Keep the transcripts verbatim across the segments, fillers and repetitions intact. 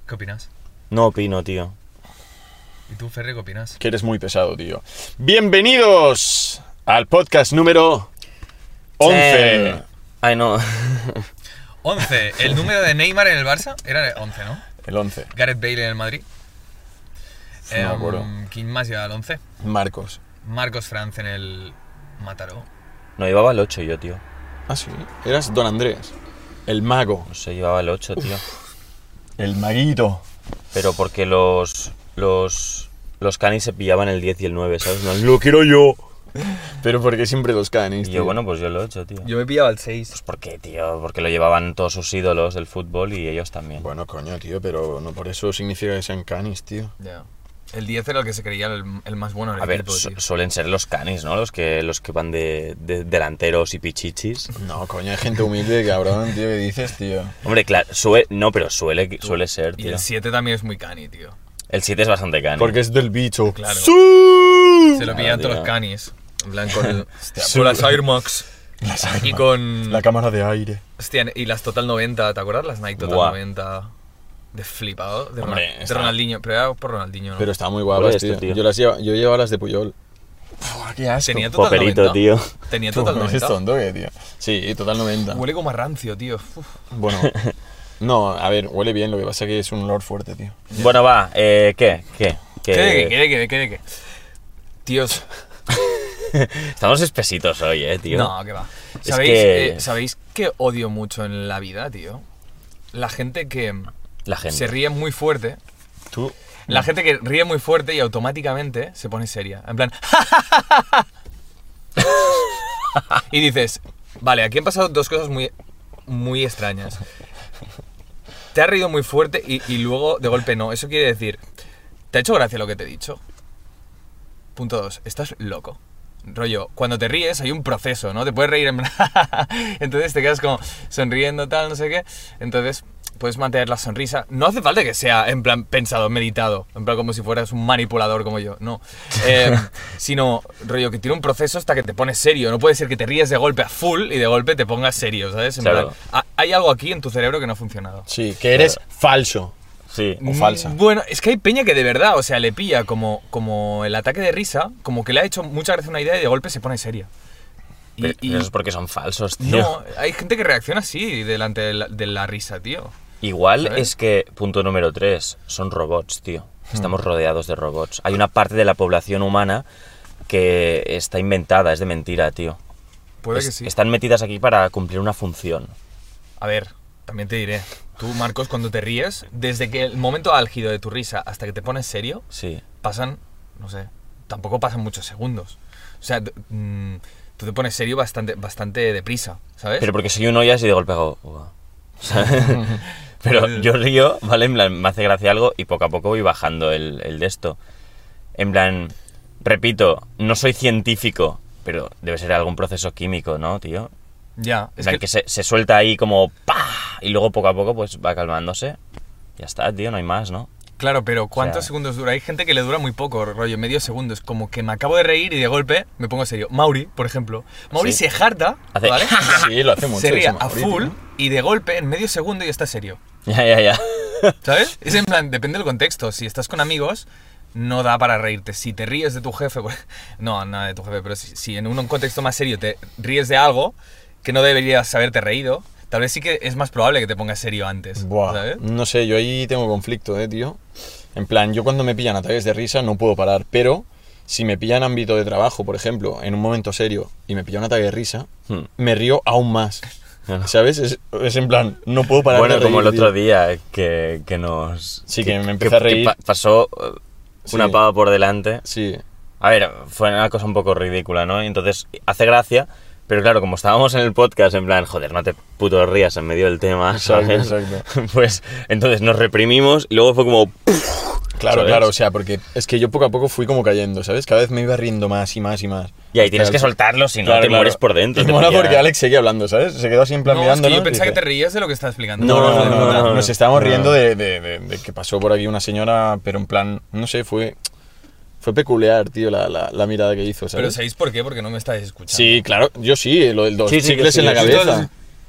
¿Qué opinas? No opino, tío. ¿Y tú, Ferre, qué opinas? Que eres muy pesado, tío. Bienvenidos al podcast número once. Ten. Ay, no. once. El número de Neymar en el Barça era once, ¿no? El once. Gareth Bale en el Madrid. No me acuerdo. Em, ¿Quién más lleva el once? Marcos. Marcos Franz en el Mataró. No, llevaba el ocho yo, tío. Ah, sí. Eras Don Andrés. El mago. No sé, llevaba el ocho, tío. El maguito. Pero porque los... Los... Los canis se pillaban el diez y el nueve, ¿sabes? No, lo quiero yo. Pero porque siempre los canis, Y tío. yo, bueno, pues yo el ocho, tío. Yo me pillaba el seis. Pues ¿por qué, tío? Porque lo llevaban todos sus ídolos del fútbol y ellos también. Bueno, coño, tío, pero no por eso significa que sean canis, tío. Ya. El diez era el que se creía el, el más bueno del A ver, equipo, su- tío. suelen ser los canis, ¿no? Los que, los que van de, de delanteros y pichichis. No, coño, hay gente humilde, cabrón, tío, ¿qué dices, tío? Hombre, claro, suele, no, pero suele, suele ser, Y tío. el siete también es muy cani, tío. El siete es bastante cani. Porque es del bicho. Claro. ¡Sí! Se lo Ah, pillan todos tío. los canis. En plan, con, el, Sí. con las Air Max. Las Y armas. con... La cámara de aire. Hostia, y las Total noventa, ¿te acuerdas? Las Nike Total Buah. noventa. De flipado. De, Hombre, Ronald- de está- Ronaldinho. Pero era por Ronaldinho, ¿no? Pero estaban muy ¿Cuál guapas, es este, tío. tío? Yo las lleva, yo llevaba las de Puyol. Uf, qué asco. Tenía Total Poperito, noventa. tío. Tenía Tú, Total ¿eres noventa. tonto qué, tío? Sí, Total noventa. Huele como a rancio, tío. Uf. Bueno, no, a ver, huele bien, lo que pasa es que es un olor fuerte, tío. Bueno, va, eh, ¿qué? ¿Qué? ¿Qué? ¿Qué de qué? ¿Qué de qué? ¿Qué de qué? Tíos, Estamos espesitos hoy, eh, tío. no, que va. Es ¿Sabéis, que- eh, ¿Sabéis qué odio mucho en la vida, tío? La gente que La gente. se ríe muy fuerte. Tú, La gente que ríe muy fuerte y automáticamente se pone seria. En plan... y dices, vale, aquí han pasado dos cosas muy, muy extrañas. Te has reído muy fuerte y, y luego de golpe no. Eso quiere decir, ¿te ha hecho gracia lo que te he dicho? Punto dos, estás loco. Rollo, cuando te ríes hay un proceso, ¿no? Te puedes reír en plan... Entonces te quedas como sonriendo, tal, no sé qué. Entonces puedes mantener la sonrisa. No hace falta que sea en plan pensado, meditado. En plan como si fueras un manipulador como yo. No. Eh, sino, rollo, que tiene un proceso hasta que te pones serio. No puede ser que te ríes de golpe a full y de golpe te pongas serio, ¿sabes? En Claro. plan, ha- hay algo aquí en tu cerebro que no ha funcionado. sí, que eres falso. Sí. O falsa. Mm, Bueno, es que hay peña que de verdad, o sea, le pilla como, como el ataque de risa, como que le ha hecho mucha gracia una idea y de golpe se pone seria. Y, Pero y- eso es porque son falsos, tío. no, hay gente que reacciona así delante de la, de la risa, tío. Igual ¿Sabes? es que, punto número tres, son robots, tío. Estamos rodeados de robots. Hay una parte de la población humana que está inventada, es de mentira, tío. Puede Es- que sí. Están metidas aquí para cumplir una función. A ver, también te diré. Tú, Marcos, cuando te ríes, desde que el momento álgido de tu risa hasta que te pones serio, Sí. pasan, no sé, tampoco pasan muchos segundos. O sea, d- mm, tú te pones serio bastante, bastante deprisa, ¿sabes? Pero porque soy un ollas y de golpe hago... "Uah". Pero yo río, ¿vale? En plan, me hace gracia algo y poco a poco voy bajando el, el de esto. En plan, repito, no soy científico, pero debe ser algún proceso químico, ¿no, tío? ya, En es plan, que, que, se, se suelta ahí como ¡pah! Y luego poco a poco pues va calmándose. Ya está, tío, no hay más, ¿no? claro, pero ¿cuántos O sea- segundos dura? Hay gente que le dura muy poco, rollo, medio segundo. Es como que me acabo de reír y de golpe me pongo serio. Mauri, por ejemplo. Mauri Sí. se jarta, Hace- ¿vale? Sí, lo hace mucho. se ríe ese a Mauri, full tío. y de golpe, en medio segundo, ya está serio. Ya, ya, ya. ¿Sabes? Es en plan, depende del contexto. Si estás con amigos, no da para reírte. Si te ríes de tu jefe, pues, no, nada de tu jefe, pero si, si en un contexto más serio te ríes de algo que no deberías haberte reído, tal vez sí que es más probable que te pongas serio antes. Buah, ¿sabes? no sé, yo ahí tengo conflicto, eh, tío. En plan, yo cuando me pillan ataques de risa no puedo parar, pero si me pillan ámbito de trabajo, por ejemplo, en un momento serio y me pilla un ataque de risa, Hmm. me río aún más. ¿Sabes? Es, es en plan, no puedo parar Bueno, de reír, como el otro tío. día que, que nos... Sí, que me empecé a reír. pa- pasó eh, una Sí. pava por delante. Sí, A ver, fue una cosa un poco ridícula, ¿no? Entonces, hace gracia, pero claro, como estábamos en el podcast, en plan, joder, no te puto rías en medio del tema, exacto, ¿sabes? exacto. Pues, entonces nos reprimimos y luego fue como... Claro, ¿sabes? claro, o sea, porque es que yo poco a poco fui como cayendo, ¿sabes? Cada vez me iba riendo más y más y más. Y ahí tienes Hasta que el- soltarlo, si no Claro, te claro. mueres por dentro. Y te mola pilla- porque Alex seguía hablando, ¿sabes? Se quedó así en plan No, es que mirándonos yo y pensaba que dice, te reías de lo que estás explicando. No, no, no, no, no, no, nos estábamos no. riendo de, de- de- de que pasó por aquí una señora, pero en plan, no sé, fue fue peculiar, tío, la, la, la mirada que hizo, ¿sabes? Pero ¿sabéis por qué? Porque no me estáis escuchando. Sí, claro, yo sí, lo del dos Sí, sí, chicles sí, en la sí, cabeza.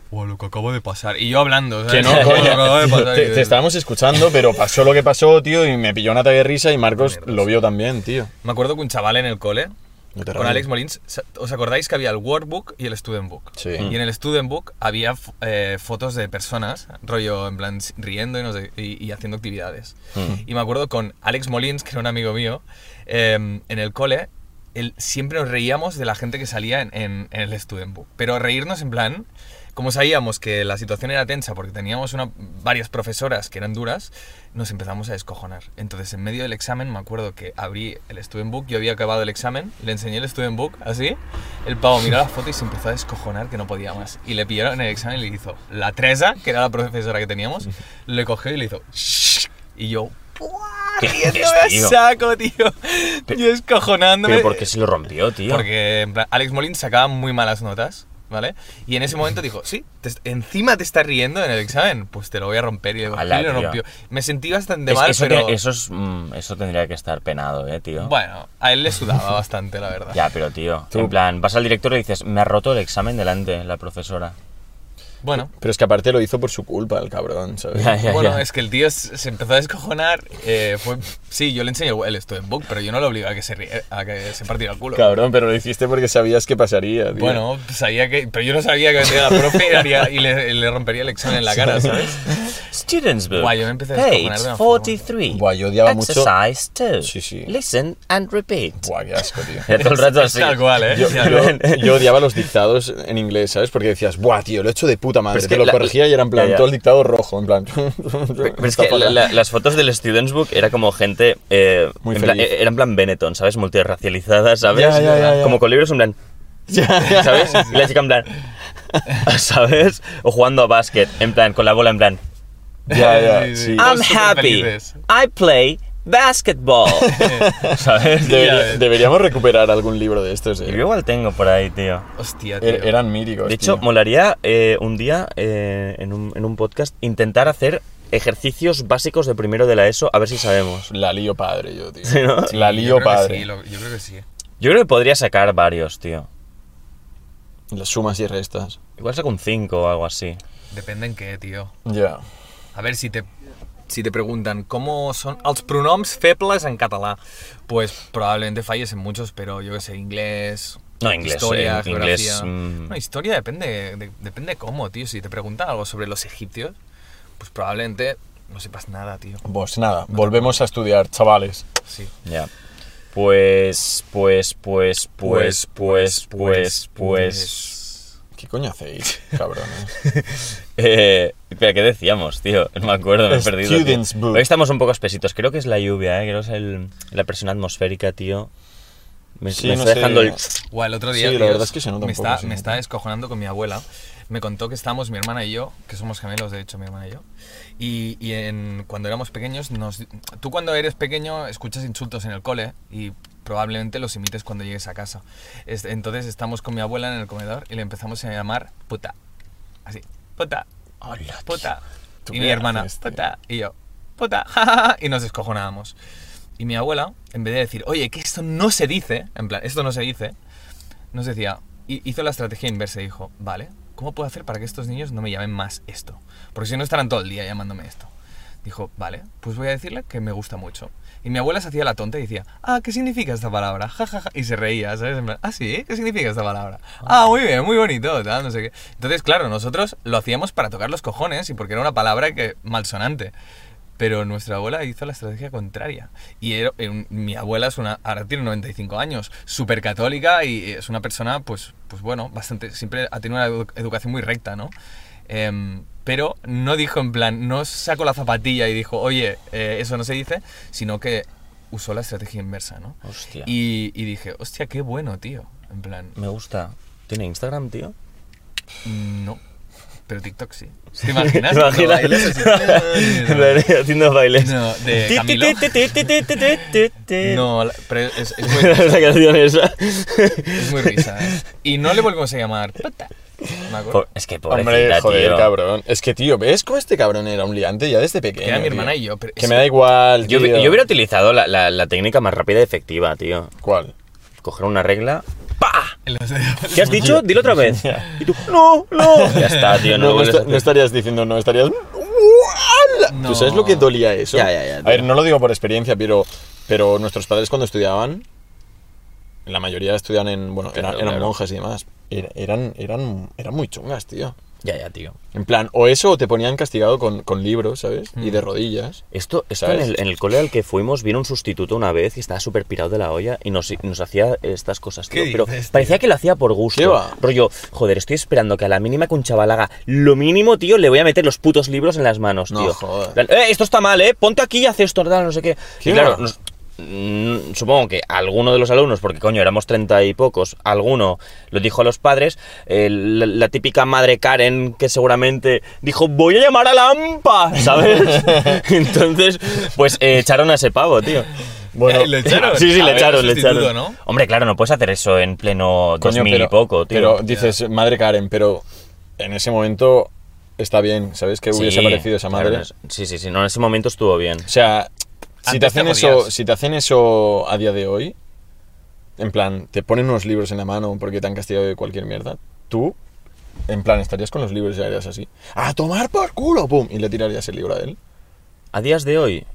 oh, lo que acabo de pasar. Y yo hablando, ¿sabes? Que no, Oh, coño. lo que acabo de pasar. Te, te estábamos escuchando, pero pasó lo que pasó, tío, y me pilló un ataque de risa y Marcos Mierda, lo sí. vio también, tío. Me acuerdo que un chaval en el cole, No te con rayes. Alex Molins, ¿os acordáis que había el Workbook y el Student Book? Sí. Y en el Student Book había eh, fotos de personas, rollo en plan riendo y, no sé, y, y haciendo actividades. Mm. Y me acuerdo con Alex Molins, que era un amigo mío, eh, en el cole, él, siempre nos reíamos de la gente que salía en, en, en el Student Book. Pero reírnos en plan, como sabíamos que la situación era tensa porque teníamos una, varias profesoras que eran duras, nos empezamos a descojonar. Entonces, en medio del examen, me acuerdo que abrí el Student Book, yo había acabado el examen, le enseñé el Student Book, así, el pavo miró la foto y se empezó a descojonar que no podía más. Y le pillaron en el examen y le hizo la Teresa, que era la profesora que teníamos, le cogió y le hizo shh, y yo, ¡buah! ¿Qué Riéndome dices, tío? a saco, tío. Yo descojonándome. ¿Pero por qué se lo rompió, tío? Porque en plan, Alex Molins sacaba muy malas notas, ¿vale? Y en ese momento dijo, sí, te, encima te estás riendo en el examen, pues te lo voy a romper. Y le Ala, cogí y lo tío. rompió. Me sentí bastante Es- mal, eso, pero... te- eso, es, mm, eso tendría que estar penado, eh, tío. Bueno, a él le sudaba bastante, la verdad. Ya, pero tío, Tú- en plan, vas al director y dices, me ha roto el examen delante la profesora. Bueno, Pero es que aparte lo hizo por su culpa, el cabrón, ¿sabes? Ya, ya, bueno, ya. es que el tío se se empezó a descojonar. eh, fue, sí, yo le enseñé el Student Book, pero yo no lo obligo a que se, rie- a que se partiera el culo. Cabrón, pero lo hiciste porque sabías que pasaría, tío. Bueno, sabía que, pero yo no sabía que vendría la profe y, haría- y le, le rompería el examen en la cara, ¿sabes? Students book. Guay, yo me empecé a descojonar Page de una cuarenta y tres. Buah, yo odiaba mucho- Exercise dos. Sí, sí. Listen and repeat. Buah, qué asco, tío. Era todo el rato así. Tal cual, ¿eh? Yo, Ya, yo- yo odiaba los dictados en inglés, ¿sabes? Porque decías, buah, tío, lo he hecho de puta madre. Pero es Te que lo la- corregía y era en plan, ya, ya. todo el dictado rojo, en plan. Pero es que la- la- las fotos del Students Book era como gente. eh, Muy en plan- feliz. eh, era en plan Benetton, ¿sabes? Multirracializada, ¿sabes? Ya, ya, ya, ya. Como con libros en plan. ¿Sabes? Y la chica en plan. ¿Sabes? O jugando a básquet, en plan, con la bola en plan. Ya, ya, Sí, sí, sí. sí. I'm Todos happy. superfelices. I play basketball. ¿Sabes? Debería- Ya, eh. deberíamos recuperar algún libro de estos, Yo eh. igual tengo por ahí, tío. Hostia, tío. Er- eran míticos. De hecho, tío. molaría eh, un día eh, en, un, en un podcast intentar hacer ejercicios básicos de primero de la ESO, a ver si sabemos. La lío padre, yo, tío. Sí, ¿no? La Yo lío creo que padre. sí, lo- yo creo que sí. Yo creo que podría sacar varios, tío. Las sumas y restas. Igual saco un cinco o algo así. Depende en qué, tío. Ya. A ver, si te, si te preguntan cómo son els pronoms febles en català, pues probablemente falles en muchos, pero yo que sé, inglés, No, inglés, historia, eh, geografía... inglés, mm. No, historia depende, de- depende cómo, tío. Si te preguntan algo sobre los egipcios, pues probablemente no sepas nada, tío. Pues nada, volvemos a estudiar, chavales. Sí. Ya. Pues, pues, pues, pues, pues, pues, pues... ¿Qué coño hacéis, cabrones? Eh, espera, ¿qué decíamos, tío? No me acuerdo, me he perdido. tío. Students book. Hoy estamos un poco espesitos. Creo que es la lluvia, ¿eh? Creo que es el- la presión atmosférica, tío. Me, Sí, me no está sé. dejando el... Guau, el otro Sí, día, la tío, verdad es que se nota un me poco, está, sí. me está descojonando con mi abuela. Me contó que estábamos, mi hermana y yo, que somos gemelos, de hecho, mi hermana y yo. Y, y en, cuando éramos pequeños, nos, tú cuando eres pequeño escuchas insultos en el cole y probablemente los imites cuando llegues a casa. Es- Entonces estamos con mi abuela en el comedor y le empezamos a llamar puta. Así, puta, Hola, puta. ¿Tú Y qué mi hermana, haces, tío? puta. Y yo, puta, jajaja. Y nos descojonábamos. Y mi abuela, en vez de decir, oye, que esto no se dice, en plan, esto no se dice, nos decía, hi- hizo la estrategia inversa y dijo, vale, ¿cómo puedo hacer para que estos niños no me llamen más esto? Porque si no estarán todo el día llamándome esto. Dijo, vale, pues voy a decirle que me gusta mucho. Y mi abuela se hacía la tonta y decía, ah, ¿qué significa esta palabra? Ja, ja, ja. Y se reía, ¿sabes? En plan, ah, sí, ¿qué significa esta palabra? Ah, muy bien, muy bonito, tal, no sé qué. Entonces, claro, nosotros lo hacíamos para tocar los cojones y porque era una palabra que malsonante. Pero nuestra abuela hizo la estrategia contraria. Y era- era un- mi abuela es una, ahora tiene noventa y cinco años, súper católica y es una persona, pues, pues bueno, bastante, siempre ha tenido una edu- educación muy recta, ¿no? Em, pero no dijo en plan, no sacó la zapatilla y dijo, oye, eh, eso no se dice, sino que usó la estrategia inversa, ¿no? Hostia. Y, y dije, hostia, qué bueno, tío. En plan, Me gusta. ¿Tiene Instagram, tío? no. Pero TikTok sí. ¿Te imaginas? ¿Te imaginas? Cuando bailas así? Haciendo bailes. No, de Camilo. No, la- pero es, es muy, Esa canción esa. es muy risa, ¿eh? Y no le volvemos a llamar puta. Me acuerdo. Po- Es que pobrecita, Hombre, joder, tío. cabrón. Es que, tío, ¿ves cómo este cabrón era un liante ya desde pequeño? Que era mi tío? hermana y yo. Pero Que es- me da igual, Yo, tío. yo hubiera utilizado la, la- la técnica más rápida y efectiva, tío. ¿Cuál? Coger una regla, ¡pa! En los- ¿Qué has dicho? Dilo otra vez. Y tú, no, no. Ya está, tío, no, No, lo no, vuelves esta- a hacer. no estarías diciendo, no, estarías... No. ¿Tú sabes lo que dolía eso? Ya, ya, ya, A ver, tío. no lo digo por experiencia, pero, pero nuestros padres cuando estudiaban, la mayoría estudiaban en... Bueno, Claro, eran, eran claro. monjas y demás. Era- Eran, eran, eran muy chungas, tío. Ya, ya, tío. En plan, o eso o te ponían castigado con, con libros, ¿sabes? Y de rodillas. Esto, esto en, ¿Sabes? el, en el cole al que fuimos vino un sustituto una vez y estaba súper pirado de la olla y nos, nos hacía estas cosas, tío. ¿Qué Pero dices, tío? parecía que lo hacía por gusto. ¿Qué va? Rollo, joder, estoy esperando que a la mínima que un chaval haga lo mínimo, tío, le voy a meter los putos libros en las manos, No, tío. joder. En plan, eh, esto está mal, eh, ponte aquí y haz esto, tal, no sé qué. ¿Qué Y claro, va? nos- mm, supongo que alguno de los alumnos, porque coño, éramos treinta y pocos, alguno lo dijo a los padres, eh, la, la típica madre Karen que seguramente dijo, voy a llamar a la AMPA, ¿sabes? Entonces, pues eh, echaron a ese pavo, tío. Bueno, Eh, ¿le echaron? Sí, sí, A le ver, echaron, el le sustituto, echaron. ¿no? Hombre, claro, no puedes hacer eso en pleno dos coño, mil pero, y poco, tío. pero dices, madre Karen, pero en ese momento está bien, ¿sabes? Que hubiese Sí, aparecido esa claro, madre. en es- sí, sí, sí, no, en ese momento estuvo bien. O sea, si Antes te, hacen te eso, podías. si te hacen eso a día de hoy, en plan, te ponen unos libros en la mano porque te han castigado de cualquier mierda, tú, en plan, estarías con los libros y harías así, ¡a tomar por culo! ¡Pum! Y le tirarías el libro a él. A días de hoy,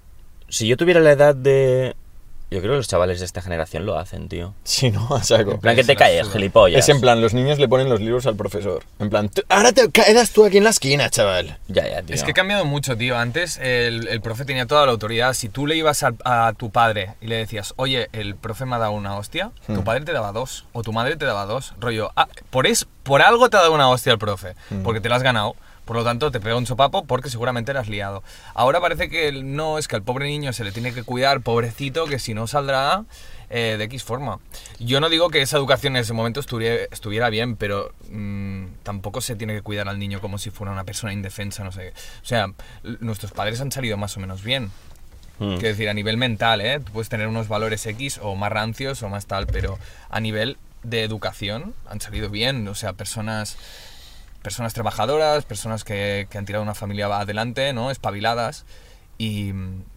si yo tuviera la edad de... Yo creo que los chavales de esta generación lo hacen, tío. Sí, ¿no? A saco. En plan, que Se te la calles, suda. gilipollas. Es en plan, los niños le ponen los libros al profesor. En plan, "Tú- ahora te quedas tú aquí en la esquina, chaval. Ya, ya, tío. Es que ha cambiado mucho, tío. Antes el, el profe tenía toda la autoridad. Si tú le ibas al- a, tu padre y le decías, oye, el profe me ha dado una hostia, tu padre te daba dos. O tu madre te daba dos. Rollo, ah, por, es, por algo te ha dado una hostia el profe. Porque te lo has ganado. Por lo tanto, te pega un sopapo porque seguramente eras liado. Ahora parece que el- no, es que al pobre niño se le tiene que cuidar, pobrecito, que si no saldrá eh, de X forma. Yo no digo que esa educación en ese momento estuviera, estuviera bien, pero mm, tampoco se tiene que cuidar al niño como si fuera una persona indefensa, no sé. O sea, l- nuestros padres han salido más o menos bien. Mm. Quiero decir, a nivel mental, ¿eh? Tú puedes tener unos valores X o más rancios o más tal, pero a nivel de educación han salido bien. O sea, personas... personas trabajadoras, personas que, que han tirado una familia adelante, ¿no? Espabiladas. Y,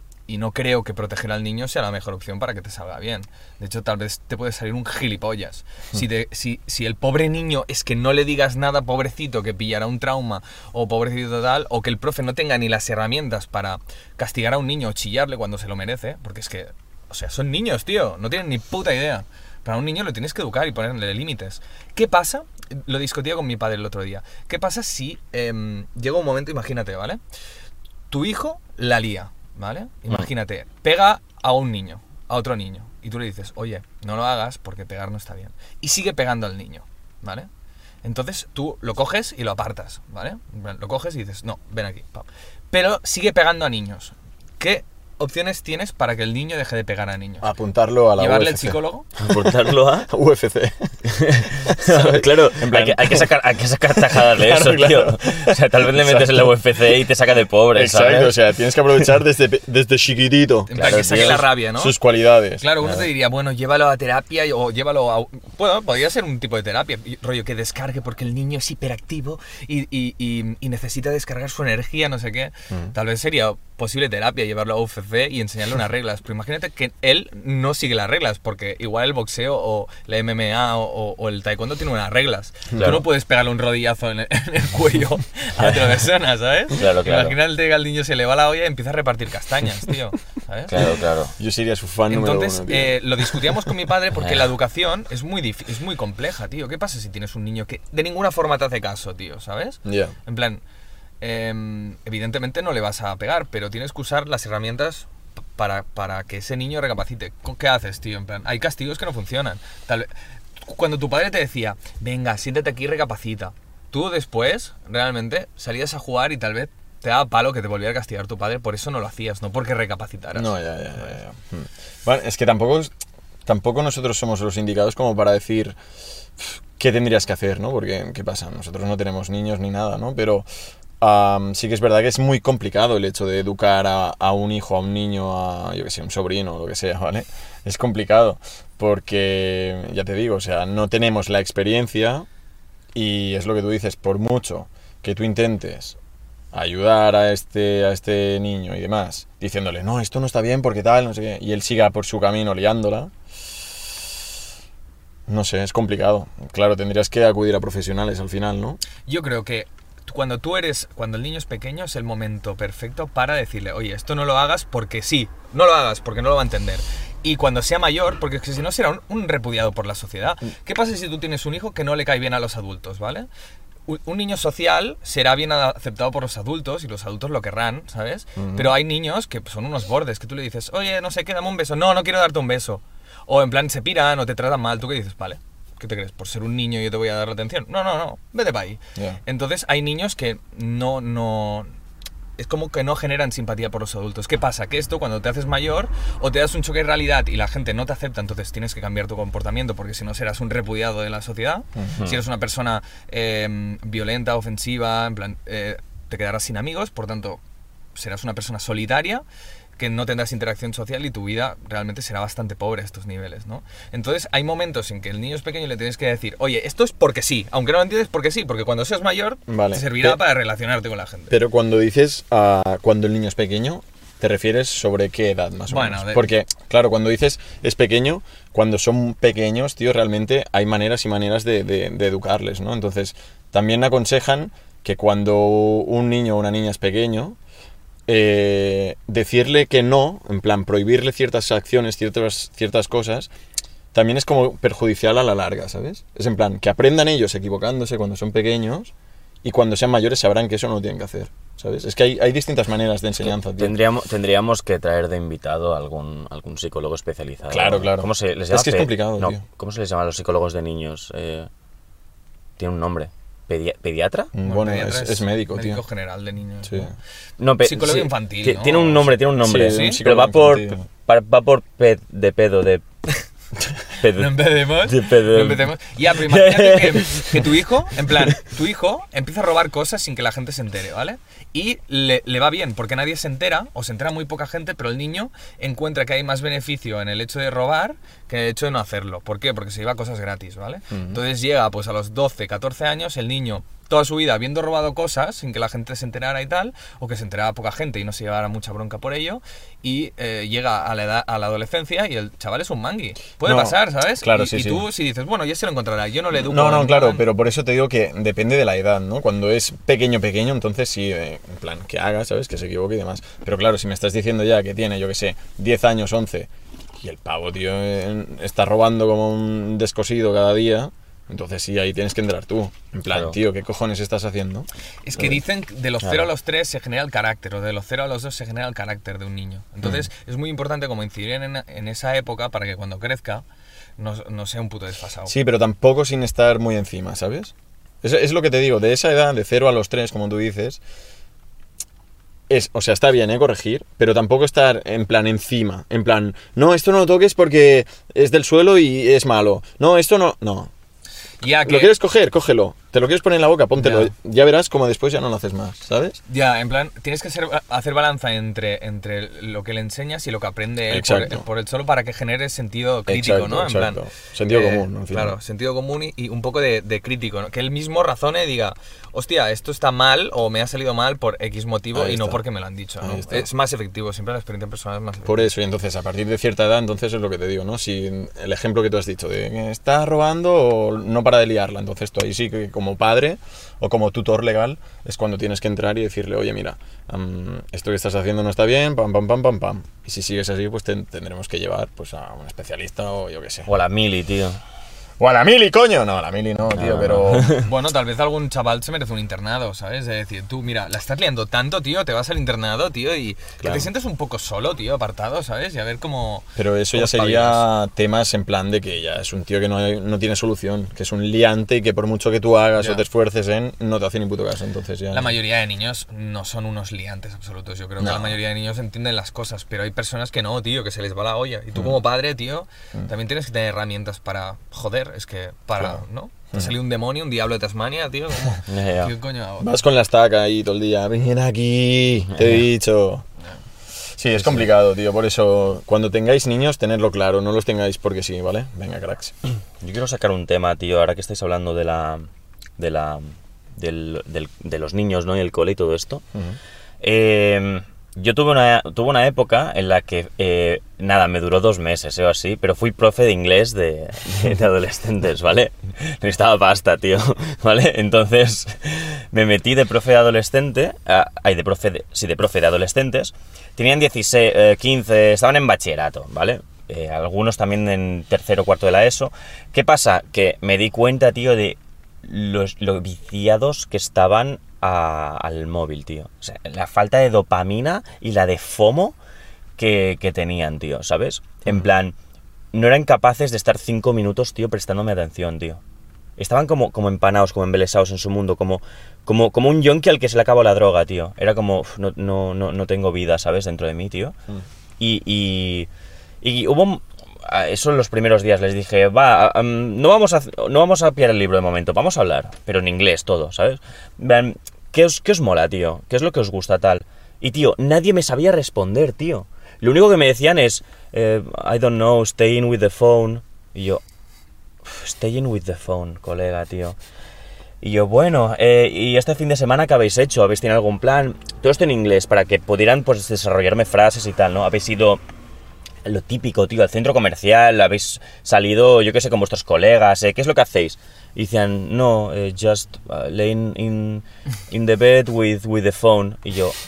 y no creo que proteger al niño sea la mejor opción para que te salga bien. De hecho, tal vez te puede salir un gilipollas. Si, te- si, si el pobre niño es que no le digas nada, pobrecito, que pillará un trauma, o pobrecito tal, o que el profe no tenga ni las herramientas para castigar a un niño o chillarle cuando se lo merece, porque es que, o sea, son niños, tío, no tienen ni puta idea. Pero a un niño lo tienes que educar y ponerle límites. ¿Qué pasa? Lo discutía con mi padre el otro día. ¿Qué pasa si em, llega un momento, imagínate, ¿vale? Tu hijo la lía, ¿vale? Imagínate, pega a un niño, a otro niño, y tú le dices, oye, no lo hagas porque pegar no está bien. Y sigue pegando al niño, ¿vale? Entonces tú lo coges y lo apartas, ¿vale? En plan, lo coges y dices, no, ven aquí. pam. Pero sigue pegando a niños. ¿Qué opciones tienes para que el niño deje de pegar a niños? Apuntarlo a la ¿Llevarle al U F C. psicólogo? Aportarlo a... U F C. claro, En plan- hay, que, hay, que sacar, hay que sacar tajadas de Claro, eso, claro. tío. O sea, tal vez le metes en la U F C y te saca de pobre, Exacto, ¿sabes? o sea, tienes que aprovechar desde, pe- desde chiquitito. En plan, que saque tío, la rabia, ¿no? Sus cualidades. Claro, uno te diría, bueno, llévalo a terapia y- o llévalo a... Bueno, podría ser un tipo de terapia, y- rollo que descargue porque el niño es hiperactivo y, y- y- y necesita descargar su energía, no sé qué. Tal vez sería posible terapia llevarlo a U F C y enseñarle unas reglas. Pero imagínate que él no sigue las reglas, porque igual el boxeo o la M M A o, o- o el taekwondo tiene unas reglas. Tú Claro. no puedes pegarle un rodillazo en el, en el cuello a otra persona, ¿sabes? Claro, claro. Imagínate que al niño se le va la olla y empieza a repartir castañas, tío. ¿Sabes? Claro, claro. Yo sería su fan número Entonces, uno, tío. eh, lo discutíamos con mi padre porque Eh. la educación es muy, dif- es muy compleja, tío. ¿Qué pasa si tienes un niño que de ninguna forma te hace caso, tío? ¿Sabes? Ya. En plan, em, evidentemente no le vas a pegar, pero tienes que usar las herramientas p- para, para que ese niño recapacite. Co- ¿Qué haces, tío? En plan, hay castigos que no funcionan. Tal vez, cuando tu padre te decía, venga, siéntate aquí y recapacita, tú después, realmente, salías a jugar y tal vez te daba palo que te volviera a castigar tu padre, por eso no lo hacías, no porque recapacitaras. No, ya, ya, ya. ya. Hmm. Bueno, es que tampoco, es- tampoco nosotros somos los indicados como para decir pf, qué tendrías que hacer, ¿no? Porque, ¿qué pasa? Nosotros no tenemos niños ni nada, ¿no? Pero am, sí que es verdad que es muy complicado el hecho de educar a, a un hijo, a un niño, a, yo que sé, un sobrino o lo que sea, ¿vale? Es complicado porque, ya te digo, o sea, no tenemos la experiencia y es lo que tú dices, por mucho que tú intentes ayudar a este, a este niño y demás, diciéndole, no, esto no está bien porque tal, no sé qué, y él siga por su camino liándola, no sé, es complicado. Claro, tendrías que acudir a profesionales al final, ¿no? Yo creo que cuando tú eres, cuando el niño es pequeño es el momento perfecto para decirle, oye, esto no lo hagas porque sí, no lo hagas porque no lo va a entender. Y cuando sea mayor, porque es que si no será un, un repudiado por la sociedad. ¿Qué pasa si tú tienes un hijo que no le cae bien a los adultos, ¿vale? Un niño social será bien aceptado por los adultos y los adultos lo querrán, ¿sabes? Uh-huh. Pero hay niños que son unos bordes, que tú le dices, oye, no sé qué, dame un beso. No, no quiero darte un beso. O en plan se piran o te tratan mal. ¿Tú qué dices? Vale, ¿qué te crees? ¿Por ser un niño yo te voy a dar la atención? No, no, no, vete para ahí. Yeah. Entonces hay niños que no, no... Es como que no generan simpatía por los adultos. ¿Qué pasa? Que esto cuando te haces mayor o te das un choque de realidad y la gente no te acepta, entonces tienes que cambiar tu comportamiento porque si no serás un repudiado de la sociedad. Uh-huh. Si eres una persona eh, violenta, ofensiva, en plan, eh, te quedarás sin amigos, por tanto serás una persona solitaria que no tendrás interacción social y tu vida realmente será bastante pobre a estos niveles, ¿no? Entonces hay momentos en que el niño es pequeño y le tienes que decir, oye, esto es porque sí, aunque no lo entiendes porque sí, porque cuando seas mayor vale. te servirá pero, para relacionarte con la gente. Pero cuando dices uh, cuando el niño es pequeño, ¿te refieres sobre qué edad más o bueno, menos? De... Porque, claro, cuando dices es pequeño, cuando son pequeños, tío, realmente hay maneras y maneras de, de, de educarles, ¿no? Entonces, también aconsejan que cuando un niño o una niña es pequeño, Eh, decirle que no, en plan prohibirle ciertas acciones, ciertas, ciertas cosas, también es como perjudicial a la larga, ¿sabes? Es en plan, que aprendan ellos equivocándose cuando son pequeños y cuando sean mayores sabrán que eso no lo tienen que hacer, ¿sabes? Es que hay, hay distintas maneras de enseñanza, tío. Tendríamos, tendríamos que traer de invitado a algún, algún psicólogo especializado. Claro, claro. ¿Cómo se les llama? Es que es complicado, no, tío. ¿Cómo se les llama a los psicólogos de niños? Eh, tiene un nombre. Pedi- ¿Pediatra? Bueno, bueno es, es, es médico, tío. Médico general de niños. Sí. No, pe- psicólogo sí, infantil, t- ¿no? Tiene un nombre, tiene un nombre. Sí, ¿sí? Pero va por, pa- va por ped, de pedo, de... Pedo. No empecemos. De pedo. No empecemos. Ya, pero imagínate que, que tu hijo, en plan, tu hijo empieza a robar cosas sin que la gente se entere, ¿vale? Y le, le va bien, porque nadie se entera, o se entera muy poca gente, pero el niño encuentra que hay más beneficio en el hecho de robar que en el hecho de no hacerlo. ¿Por qué? Porque se lleva cosas gratis, ¿vale? Uh-huh. Entonces llega pues a los doce, catorce años, el niño toda su vida habiendo robado cosas sin que la gente se enterara y tal, o que se enterara poca gente y no se llevara mucha bronca por ello, y eh, llega a la edad, a la adolescencia y el chaval es un mangui. Puede no, pasar, ¿sabes? Claro, y, sí, y sí. tú si dices, bueno, ya se lo encontrará, yo no le educo. No, no, claro, plan. Pero por eso te digo que depende de la edad, ¿no? Cuando es pequeño, pequeño, entonces sí, eh, en plan, que haga, ¿sabes? Que se equivoque y demás. Pero claro, si me estás diciendo ya que tiene, yo que sé, diez años, once, y el pavo, tío, eh, está robando como un descosido cada día... Entonces sí, ahí tienes que entrar tú. En plan, claro. Tío, ¿qué cojones estás haciendo? Es que dicen que de los cero claro. a los tres se genera el carácter, o de los cero a los dos se genera el carácter de un niño. Entonces mm. es muy importante como incidir en, en esa época para que cuando crezca no, no sea un puto desfasado. Sí, pero tampoco sin estar muy encima, ¿sabes? Es, es lo que te digo, de esa edad, de cero a los tres, como tú dices... Es, o sea, está bien, ¿eh? Corregir, pero tampoco estar en plan encima. En plan, no, esto no lo toques porque es del suelo y es malo. No, esto no... No. Ya que... ¿Lo quieres coger? Cógelo. ¿Te lo quieres poner en la boca? Póntelo. Ya, ya verás como después ya no lo haces más, ¿sabes? Ya, en plan, tienes que hacer, hacer balanza entre, entre lo que le enseñas y lo que aprende él por, por el solo para que genere sentido crítico, exacto, ¿no? En exacto. plan, sentido eh, común, ¿no? Claro, sentido común y, y un poco de, de crítico, ¿no? Que él mismo razone y diga, hostia, esto está mal o me ha salido mal por X motivo Ahí y está. no porque me lo han dicho, ¿no? Es más efectivo, siempre la experiencia personal es más efectiva. Por eso, y entonces a partir de cierta edad, entonces es lo que te digo, ¿no? Si el ejemplo que tú has dicho de que está robando o no para de liarla, entonces tú ahí sí que como padre o como tutor legal es cuando tienes que entrar y decirle, oye, mira, um, esto que estás haciendo no está bien, pam, pam, pam, pam, pam. Y si sigues así, pues te, tendremos que llevar pues a un especialista o yo qué sé. O a la mili, tío. O a la mili, coño. No, a la mili no, tío, no, pero... Bueno, tal vez algún chaval se merece un internado, ¿sabes? Es decir, tú, mira, la estás liando tanto, tío, te vas al internado, tío, y claro. que te sientes un poco solo, tío, apartado, ¿sabes? Y a ver cómo... Pero eso ya sería temas en plan de que ya es un tío que no, hay, no tiene solución, que es un liante y que por mucho que tú hagas ya. o te esfuerces en, no te hace ni puto caso, entonces ya... La mayoría de niños no son unos liantes absolutos, yo creo no. que la mayoría de niños entienden las cosas, pero hay personas que no, tío, que se les va la olla. Y tú mm. como padre, tío, mm. también tienes que tener herramientas para... Joder, es que... para ¿no? Te ha salido un demonio, un diablo de Tasmania, tío. ¿Cómo? Yeah. ¿Qué coño hago? Vas con la estaca ahí todo el día. Ven aquí, te he dicho. Sí, es complicado, tío. Por eso, cuando tengáis niños, tenedlo claro. No los tengáis porque sí, ¿vale? Venga, cracks. Yo quiero sacar un tema, tío. Ahora que estáis hablando de la... de la... del, del, de los niños, ¿no? Y el cole y todo esto. Uh-huh. Eh... yo tuve una, tuve una época en la que, eh, nada, me duró dos meses o así, pero fui profe de inglés de, de, de adolescentes, ¿vale? Necesitaba pasta, tío, ¿vale? Entonces me metí de profe de adolescente, ah, ay, de profe de, sí, de profe de adolescentes. Tenían dieciséis, eh, quince, estaban en bachillerato, ¿vale? Eh, algunos también en tercero o cuarto de la ESO. ¿Qué pasa? Que me di cuenta, tío, de los, lo viciados que estaban a, al móvil, tío. O sea, la falta de dopamina y la de FOMO que, que tenían, tío, ¿sabes? En plan, no eran capaces de estar cinco minutos, tío, prestándome atención, tío. Estaban como, como empanados, como embelesados en su mundo, como, como, como un yonki al que se le acabó la droga, tío. Era como, uf, no, no, no, no tengo vida, ¿sabes? Dentro de mí, tío. Mm. Y, y, y hubo... Eso en los primeros días les dije, va, um, no, vamos a, no vamos a pillar el libro de momento, vamos a hablar, pero en inglés todo, ¿sabes? Vean, ¿qué os, qué os mola, tío? ¿Qué es lo que os gusta, tal? Y, tío, nadie me sabía responder, tío. Lo único que me decían es, eh, I don't know, staying with the phone. Y yo, staying with the phone, colega, tío. Y yo, bueno, eh, ¿y este fin de semana qué habéis hecho? ¿Habéis tenido algún plan? Todo esto en inglés, para que pudieran, pues, desarrollarme frases y tal, ¿no? ¿Habéis ido... Lo típico, tío, al centro comercial, habéis salido, yo qué sé, con vuestros colegas, ¿eh? ¿Qué es lo que hacéis? Y decían, no, eh, just uh, laying in, in the bed with, with the phone. Y yo,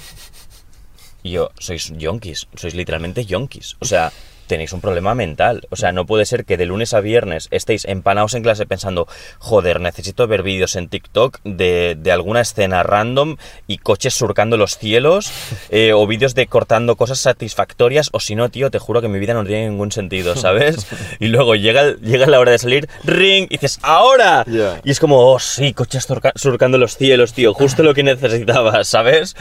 y yo, sois yonkis, sois literalmente yonkis. O sea, tenéis un problema mental. O sea, no puede ser que de lunes a viernes estéis empanados en clase pensando, joder, necesito ver vídeos en TikTok de, de alguna escena random y coches surcando los cielos, eh, o vídeos de cortando cosas satisfactorias, o si no, tío, te juro que mi vida no tiene ningún sentido, ¿sabes? Y luego llega, llega la hora de salir, ring, y dices, ¡ahora! Yeah. Y es como, oh, sí, coches surca, surcando los cielos, tío, justo lo que necesitabas, ¿sabes?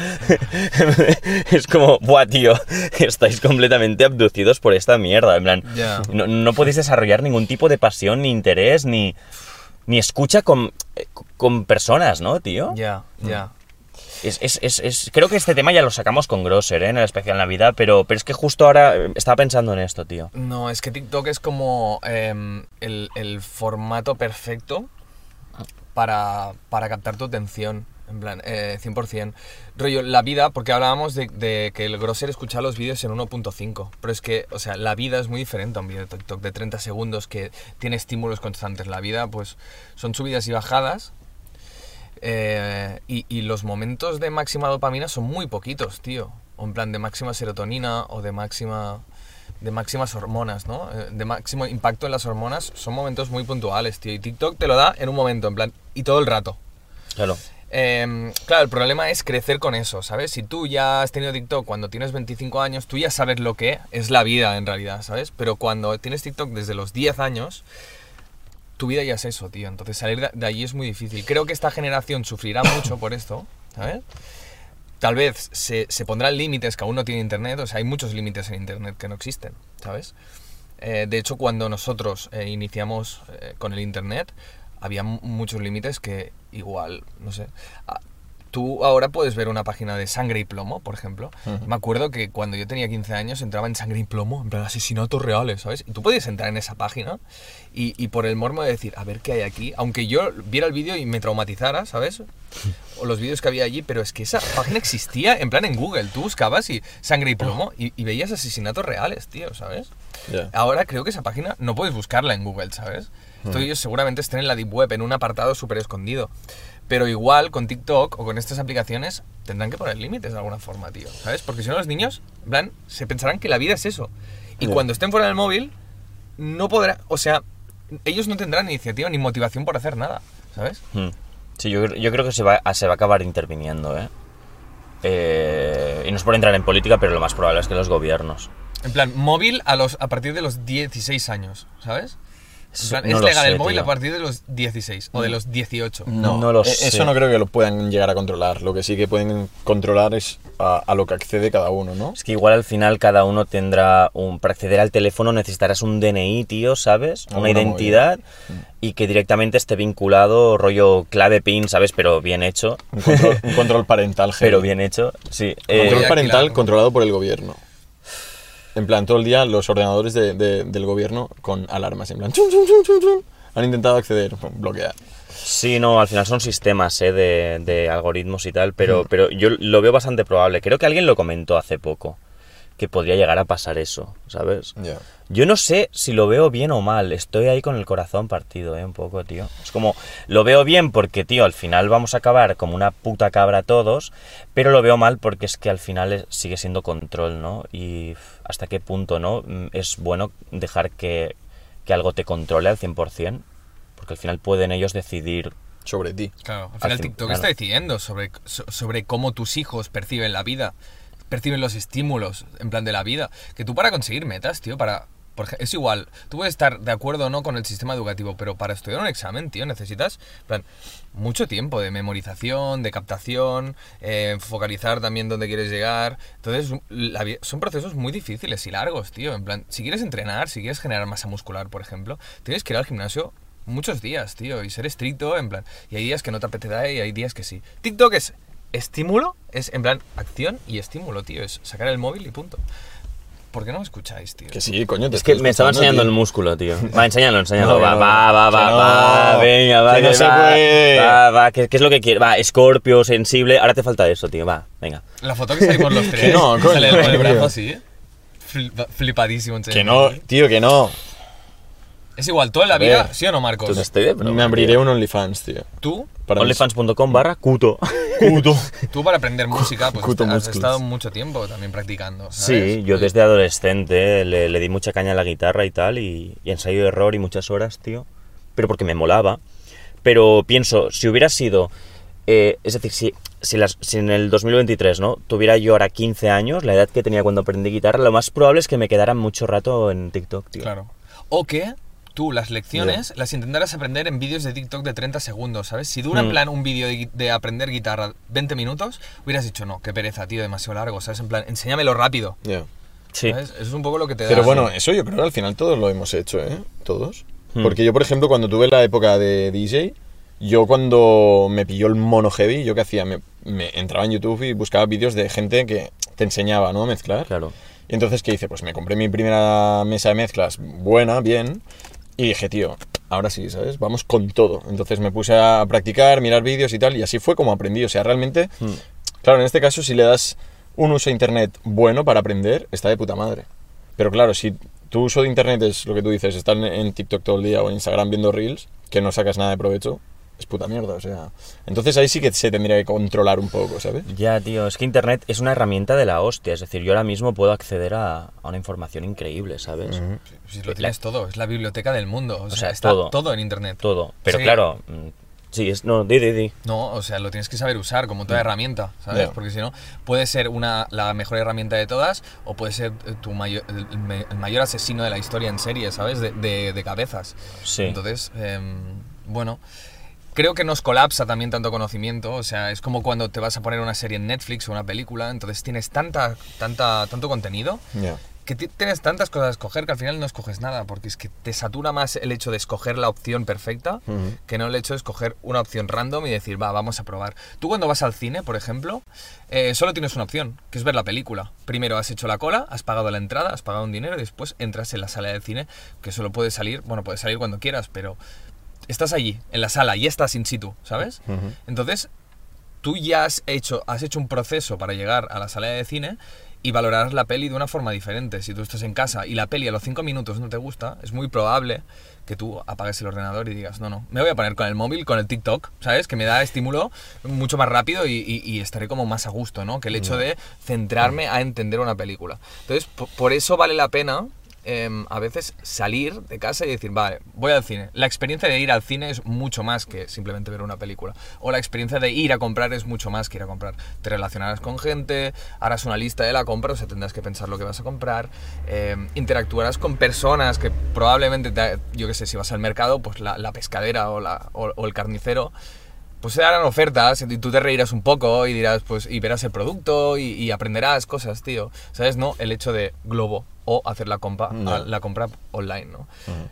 Es como, buah, tío, estáis completamente abducidos por esta mierda, en plan, yeah. no, no podéis desarrollar ningún tipo de pasión, ni interés, ni, ni escucha con, con personas, ¿no, tío? Ya, yeah, ya. Yeah. Es, es, es, es, creo que este tema ya lo sacamos con Grosser, ¿eh? En el especial Navidad, pero, pero es que justo ahora estaba pensando en esto, tío. No, es que TikTok es como eh, el, el formato perfecto para, para captar tu atención. En plan, eh, cien por ciento. Rollo, la vida, porque hablábamos de, de que el Grosser escuchaba los vídeos en uno punto cinco, pero es que, o sea, la vida es muy diferente a un vídeo de TikTok de treinta segundos que tiene estímulos constantes. La vida, pues, son subidas y bajadas, eh, y, y los momentos de máxima dopamina son muy poquitos, tío. O en plan, de máxima serotonina o de máxima... de máximas hormonas, ¿no? De máximo impacto en las hormonas son momentos muy puntuales, tío. Y TikTok te lo da en un momento, en plan, y todo el rato. Claro. Eh, claro, el problema es crecer con eso, ¿sabes? Si tú ya has tenido TikTok cuando tienes veinticinco años, tú ya sabes lo que es la vida en realidad, ¿sabes? Pero cuando tienes TikTok desde los diez años, tu vida ya es eso, tío. Entonces salir de, de allí es muy difícil. Creo que esta generación sufrirá mucho por esto, ¿sabes? Tal vez se, se pondrán límites que aún no tiene internet, o sea, hay muchos límites en internet que no existen, ¿sabes? Eh, de hecho, cuando nosotros eh, iniciamos eh, con el internet, había muchos límites que igual, no sé... Tú ahora puedes ver una página de Sangre y Plomo, por ejemplo. Uh-huh. Me acuerdo que cuando yo tenía quince años entraba en Sangre y Plomo, en plan asesinatos reales, ¿sabes? Y tú podías entrar en esa página y, y por el mormo de decir, a ver qué hay aquí, aunque yo viera el vídeo y me traumatizara, ¿sabes? O los vídeos que había allí, pero es que esa página existía, en plan en Google. Tú buscabas y Sangre y Plomo y, y veías asesinatos reales, tío, ¿sabes? Yeah. Ahora creo que esa página no puedes buscarla en Google, ¿sabes? Uh-huh. Esto ellos seguramente estén en la Deep Web, en un apartado súper escondido. Pero igual con TikTok o con estas aplicaciones tendrán que poner límites de alguna forma, tío, ¿sabes? Porque si no los niños, en plan, se pensarán que la vida es eso. Y yeah. cuando estén fuera del móvil, no podrán, o sea, ellos no tendrán iniciativa ni motivación por hacer nada, ¿sabes? Hmm. Sí, yo, yo creo que se va, se va a acabar interviniendo, ¿eh? ¿eh? Y no es por entrar en política, pero lo más probable es que los gobiernos. En plan, móvil a, los, a partir de los dieciséis años, ¿sabes? Plan, no es legal sé, el móvil tío. a partir de los dieciséis o de los dieciocho. No, no lo sé. Eso no creo que lo puedan llegar a controlar. Lo que sí que pueden controlar es a, a lo que accede cada uno, ¿no? Es que igual al final cada uno tendrá un... Para acceder al teléfono necesitarás un D N I, tío, ¿sabes? Una Alguna identidad movida. Y que directamente esté vinculado, rollo clave PIN, ¿sabes? Pero bien hecho. Un control, un control parental. Pero heavy. Bien hecho, sí. Control eh, parental claro. controlado por el gobierno. En plan, todo el día los ordenadores de, de, del gobierno con alarmas, en plan... Chum, chum, chum, chum, chum. Han intentado acceder, bloquear. Sí, no, al final son sistemas ¿eh? de, de algoritmos y tal, pero, mm. pero yo lo veo bastante probable. Creo que alguien lo comentó hace poco, que podría llegar a pasar eso, ¿sabes? Yeah. Yo no sé si lo veo bien o mal, estoy ahí con el corazón partido, ¿eh? Un poco, tío. Es como, lo veo bien porque, tío, al final vamos a acabar como una puta cabra todos, pero lo veo mal porque es que al final es, sigue siendo control, ¿no? Y hasta qué punto, ¿no? Es bueno dejar que, que algo te controle al cien por ciento, porque al final pueden ellos decidir sobre ti. Claro, al final al TikTok claro. está decidiendo sobre, sobre cómo tus hijos perciben la vida, perciben los estímulos, en plan de la vida. Que tú para conseguir metas, tío, para... Por ejemplo, es igual, tú puedes estar de acuerdo o no con el sistema educativo, pero para estudiar un examen, tío, necesitas, en plan, mucho tiempo de memorización, de captación, eh, focalizar también dónde quieres llegar. Entonces, la, son procesos muy difíciles y largos, tío. En plan, si quieres entrenar, si quieres generar masa muscular, por ejemplo, tienes que ir al gimnasio muchos días, tío, y ser estricto, en plan, y hay días que no te apetece y hay días que sí. TikTok es estímulo, es en plan acción y estímulo, tío, es sacar el móvil y punto. ¿Por qué no me escucháis, tío? Que sí, coño, te es que me estaba enseñando tío. el músculo, tío. Va, enséñalo, enséñalo. No, va, no, va, va, va, no, va, venga, va, que no que se va, puede. va, va, ¿qué, qué es lo que quieres? Va, Scorpio, sensible, ahora te falta eso, tío, va, venga. La foto que salimos los tres. Que no, coño. Sale el, el brazo así, ¿eh? Flipa, flipadísimo. Que no, tío, que no. Es igual, toda la vida, ¿sí o no, Marcos? Tú estoy de broma, me abriré tío. un OnlyFans, tío. ¿Tú? onlyfans punto com barra cuto. Cuto. Tú para aprender música, pues Cuto has muscles. estado mucho tiempo también practicando, ¿sabes? Sí, yo desde adolescente le, le di mucha caña a la guitarra y tal, y, y ensayo de error y muchas horas, tío. Pero porque me molaba. Pero pienso, si hubiera sido... Eh, es decir, si, si, las, si en el dos mil veintitrés, ¿no? Tuviera yo ahora quince años, la edad que tenía cuando aprendí guitarra, lo más probable es que me quedara mucho rato en TikTok, tío. Claro. O que... tú las lecciones yeah. las intentarás aprender en vídeos de TikTok de treinta segundos, ¿sabes? Si dura mm. en plan un vídeo de, de aprender guitarra veinte minutos, hubieras dicho, no, qué pereza, tío, demasiado largo, ¿sabes? En plan, enséñamelo rápido. Yeah. Sí. ¿Sabes? Eso es un poco lo que te da. Pero bueno, eso yo creo que al final todos lo hemos hecho, ¿eh? Todos. Mm. Porque yo, por ejemplo, cuando tuve la época de D J, yo cuando me pilló el mono heavy, ¿yo qué hacía? Me, me entraba en YouTube y buscaba vídeos de gente que te enseñaba, ¿no? A mezclar. Claro. Y entonces, ¿qué hice? Pues me compré mi primera mesa de mezclas buena, bien. Y dije, tío, ahora sí, ¿sabes? Vamos con todo. Entonces me puse a practicar, mirar vídeos y tal, y así fue como aprendí. O sea, realmente, Mm. claro, en este caso, si le das un uso de internet bueno para aprender, está de puta madre. Pero claro, si tu uso de internet es lo que tú dices, estar en TikTok todo el día o en Instagram viendo reels, que no sacas nada de provecho, es puta mierda, o sea... Entonces ahí sí que se tendría que controlar un poco, ¿sabes? Ya, tío, es que internet es una herramienta de la hostia, es decir, yo ahora mismo puedo acceder a, a una información increíble, ¿sabes? Uh-huh. Si lo tienes todo, es la biblioteca del mundo, o, O sea, sea, está todo. todo en internet. Todo, pero Sí. claro, mm, sí, es, no, di, di, di. No, o sea, lo tienes que saber usar como toda herramienta, ¿sabes? Yeah. Porque si no, puede ser una, la mejor herramienta de todas o puede ser tu mayor, el, el mayor asesino de la historia en serie, ¿sabes? De, de, de cabezas. Sí. Entonces, eh, bueno, creo que nos colapsa también tanto conocimiento, o sea, es como cuando te vas a poner una serie en Netflix o una película, entonces tienes tanta, tanta, tanto contenido Yeah. que tienes tantas cosas a escoger que al final no escoges nada, porque es que te satura más el hecho de escoger la opción perfecta Uh-huh. que no el hecho de escoger una opción random y decir, va, vamos a probar. Tú cuando vas al cine, por ejemplo, eh, solo tienes una opción, que es ver la película. Primero has hecho la cola, has pagado la entrada, has pagado un dinero y después entras en la sala de cine, que solo puedes salir, bueno, puedes salir cuando quieras, pero estás allí, en la sala, y estás in situ, ¿sabes? Uh-huh. Entonces, tú ya has hecho, has hecho un proceso para llegar a la sala de cine y valorarás la peli de una forma diferente. Si tú estás en casa y la peli a los cinco minutos no te gusta, es muy probable que tú apagues el ordenador y digas, no, no, me voy a poner con el móvil, con el TikTok, ¿sabes? Que me da estímulo mucho más rápido y, y, y estaré como más a gusto, ¿no? Que el hecho de centrarme a entender una película. Entonces, por, por eso vale la pena... Eh, a veces salir de casa y decir, vale, voy al cine. La experiencia de ir al cine es mucho más que simplemente ver una película. O la experiencia de ir a comprar es mucho más que ir a comprar. Te relacionarás con gente, harás una lista de la compra, o sea, tendrás que pensar lo que vas a comprar, eh, interactuarás con personas que probablemente, te, yo qué sé, si vas al mercado, pues la, la pescadera o, la, o, o el carnicero, pues te darán ofertas y tú te reirás un poco y dirás, pues, y verás el producto y, y aprenderás cosas, tío. ¿Sabes? No el hecho de Globo o hacer la compra, No. la compra online, ¿no? Uh-huh.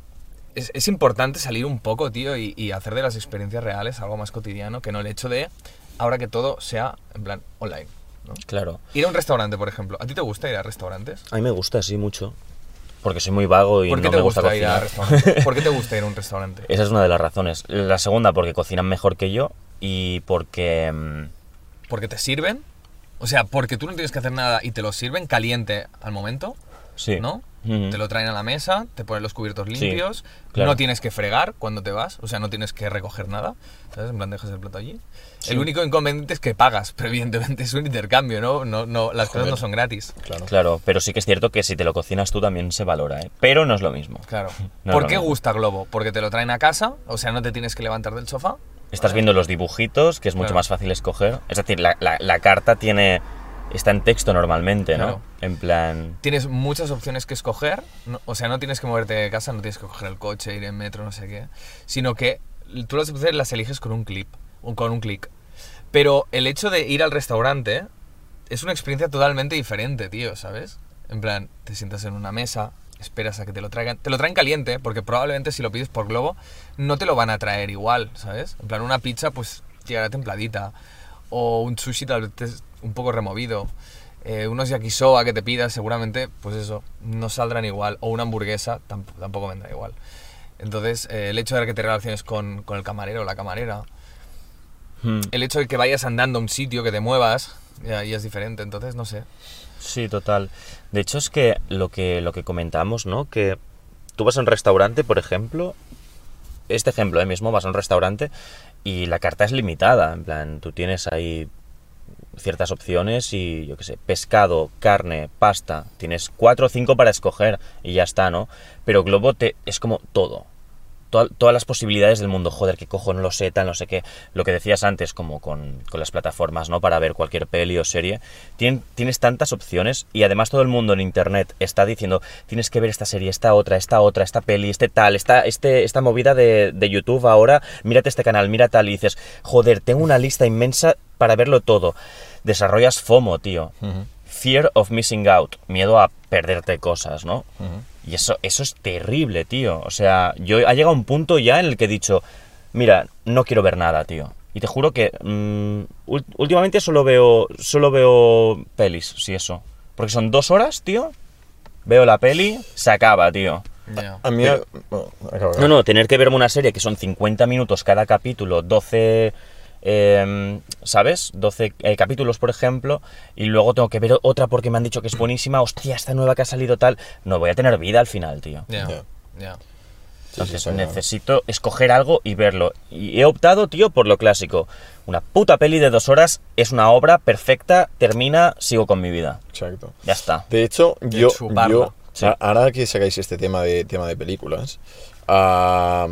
Es, es importante salir un poco, tío, y, y hacer de las experiencias reales algo más cotidiano que no el hecho de ahora que todo sea en plan online, ¿no? Claro. Ir a un restaurante, por ejemplo. ¿A ti te gusta ir a restaurantes? A mí me gusta, sí, mucho. Porque soy muy vago y ¿Por qué no te me gusta, gusta ir a cocinar. restaurante? ¿Por qué te gusta ir a un restaurante? Esa es una de las razones. La segunda, porque cocinan mejor que yo y porque... mm, ¿Porque te sirven? O sea, porque tú no tienes que hacer nada y te lo sirven caliente al momento, sí. ¿no? Ujú. Te lo traen a la mesa, te ponen los cubiertos Sí, limpios, claro. no tienes que fregar cuando te vas, o sea, no tienes que recoger nada, ¿sabes? En plan, dejas el plato allí. Sí. El único inconveniente es que pagas, pero evidentemente es un intercambio, ¿no? no, no las Joder. cosas no son gratis. Claro. Claro, pero sí que es cierto que si te lo cocinas tú también se valora, ¿eh? Pero no es lo mismo. Claro. No ¿Por es lo qué mismo. gusta Globo? Porque te lo traen a casa, o sea, no te tienes que levantar del sofá. Estás viendo los dibujitos, que es mucho Claro. más fácil escoger. Es decir, la, la- la carta tiene... Está en texto normalmente, ¿no? Claro. En plan... Tienes muchas opciones que escoger, no- o sea, no tienes que moverte de casa, no tienes que coger el coche, ir en metro, no sé qué, sino que tú las opciones las eliges con un clip, o con un clic. Pero el hecho de ir al restaurante es una experiencia totalmente diferente, tío, ¿sabes? En plan, te sientas en una mesa, esperas a que te lo traigan, te lo traen caliente, porque probablemente si lo pides por Globo no te lo van a traer igual, ¿sabes? En plan, una pizza pues llegará templadita, o un sushi tal vez un poco removido. Eh, unos yakisoba que te pidas seguramente, pues eso, no saldrán igual. O una hamburguesa tamp- tampoco vendrá igual. Entonces, eh, el hecho de que te relaciones con, con el camarero o la camarera, hmm, el hecho de que vayas andando a un sitio, que te muevas, ya, ya es diferente. Entonces, no sé. Sí, total. De hecho es que lo que, lo que comentamos, ¿no? Que tú vas a un restaurante, por ejemplo... Este ejemplo, ¿eh? Mismo, vas a un restaurante y la carta es limitada. En plan, tú tienes ahí ciertas opciones y, yo qué sé, pescado, carne, pasta. Tienes cuatro o cinco para escoger y ya está, ¿no? Pero Globo te, es como todo. Toda- todas las posibilidades del mundo. Joder, que cojo, no lo sé, tal, no sé qué. Lo que decías antes, como con, con las plataformas, ¿no? Para ver cualquier peli o serie. Tien- tienes tantas opciones y además todo el mundo en internet está diciendo tienes que ver esta serie, esta otra, esta otra, esta peli, este tal, esta, este, esta movida de, de YouTube ahora. Mírate este canal, mira tal. Y dices, joder, tengo una lista inmensa para verlo todo. Desarrollas FOMO, tío. Ujú, Fear of missing out. Miedo a perderte cosas, ¿no? ujú. Y eso, eso es terrible, tío. O sea, yo ha llegado un punto ya en el que he dicho, mira, no quiero ver nada, tío. Y te juro que mm, ul- últimamente solo veo, solo veo pelis, sí, eso. Porque son dos horas, tío. Veo la peli, se acaba, tío. Ya. A mí... Pero- bueno, acaba, acaba. No, no, tener que verme una serie que son cincuenta minutos cada capítulo, doce... eh, ¿sabes? doce eh, capítulos, por ejemplo, y luego tengo que ver otra porque me han dicho que es buenísima. Hostia, esta nueva que ha salido tal. No voy a tener vida al final, tío. Ya. Ya. Ya. Sí, Entonces sí, está claro. necesito escoger algo y verlo. Y he optado, tío, por lo clásico. Una puta peli de dos horas es una obra perfecta, termina, sigo con mi vida. Exacto. Ya está. De hecho, De yo, chuparla. yo Sí. a- ahora que sacáis este tema de, tema de películas, ah,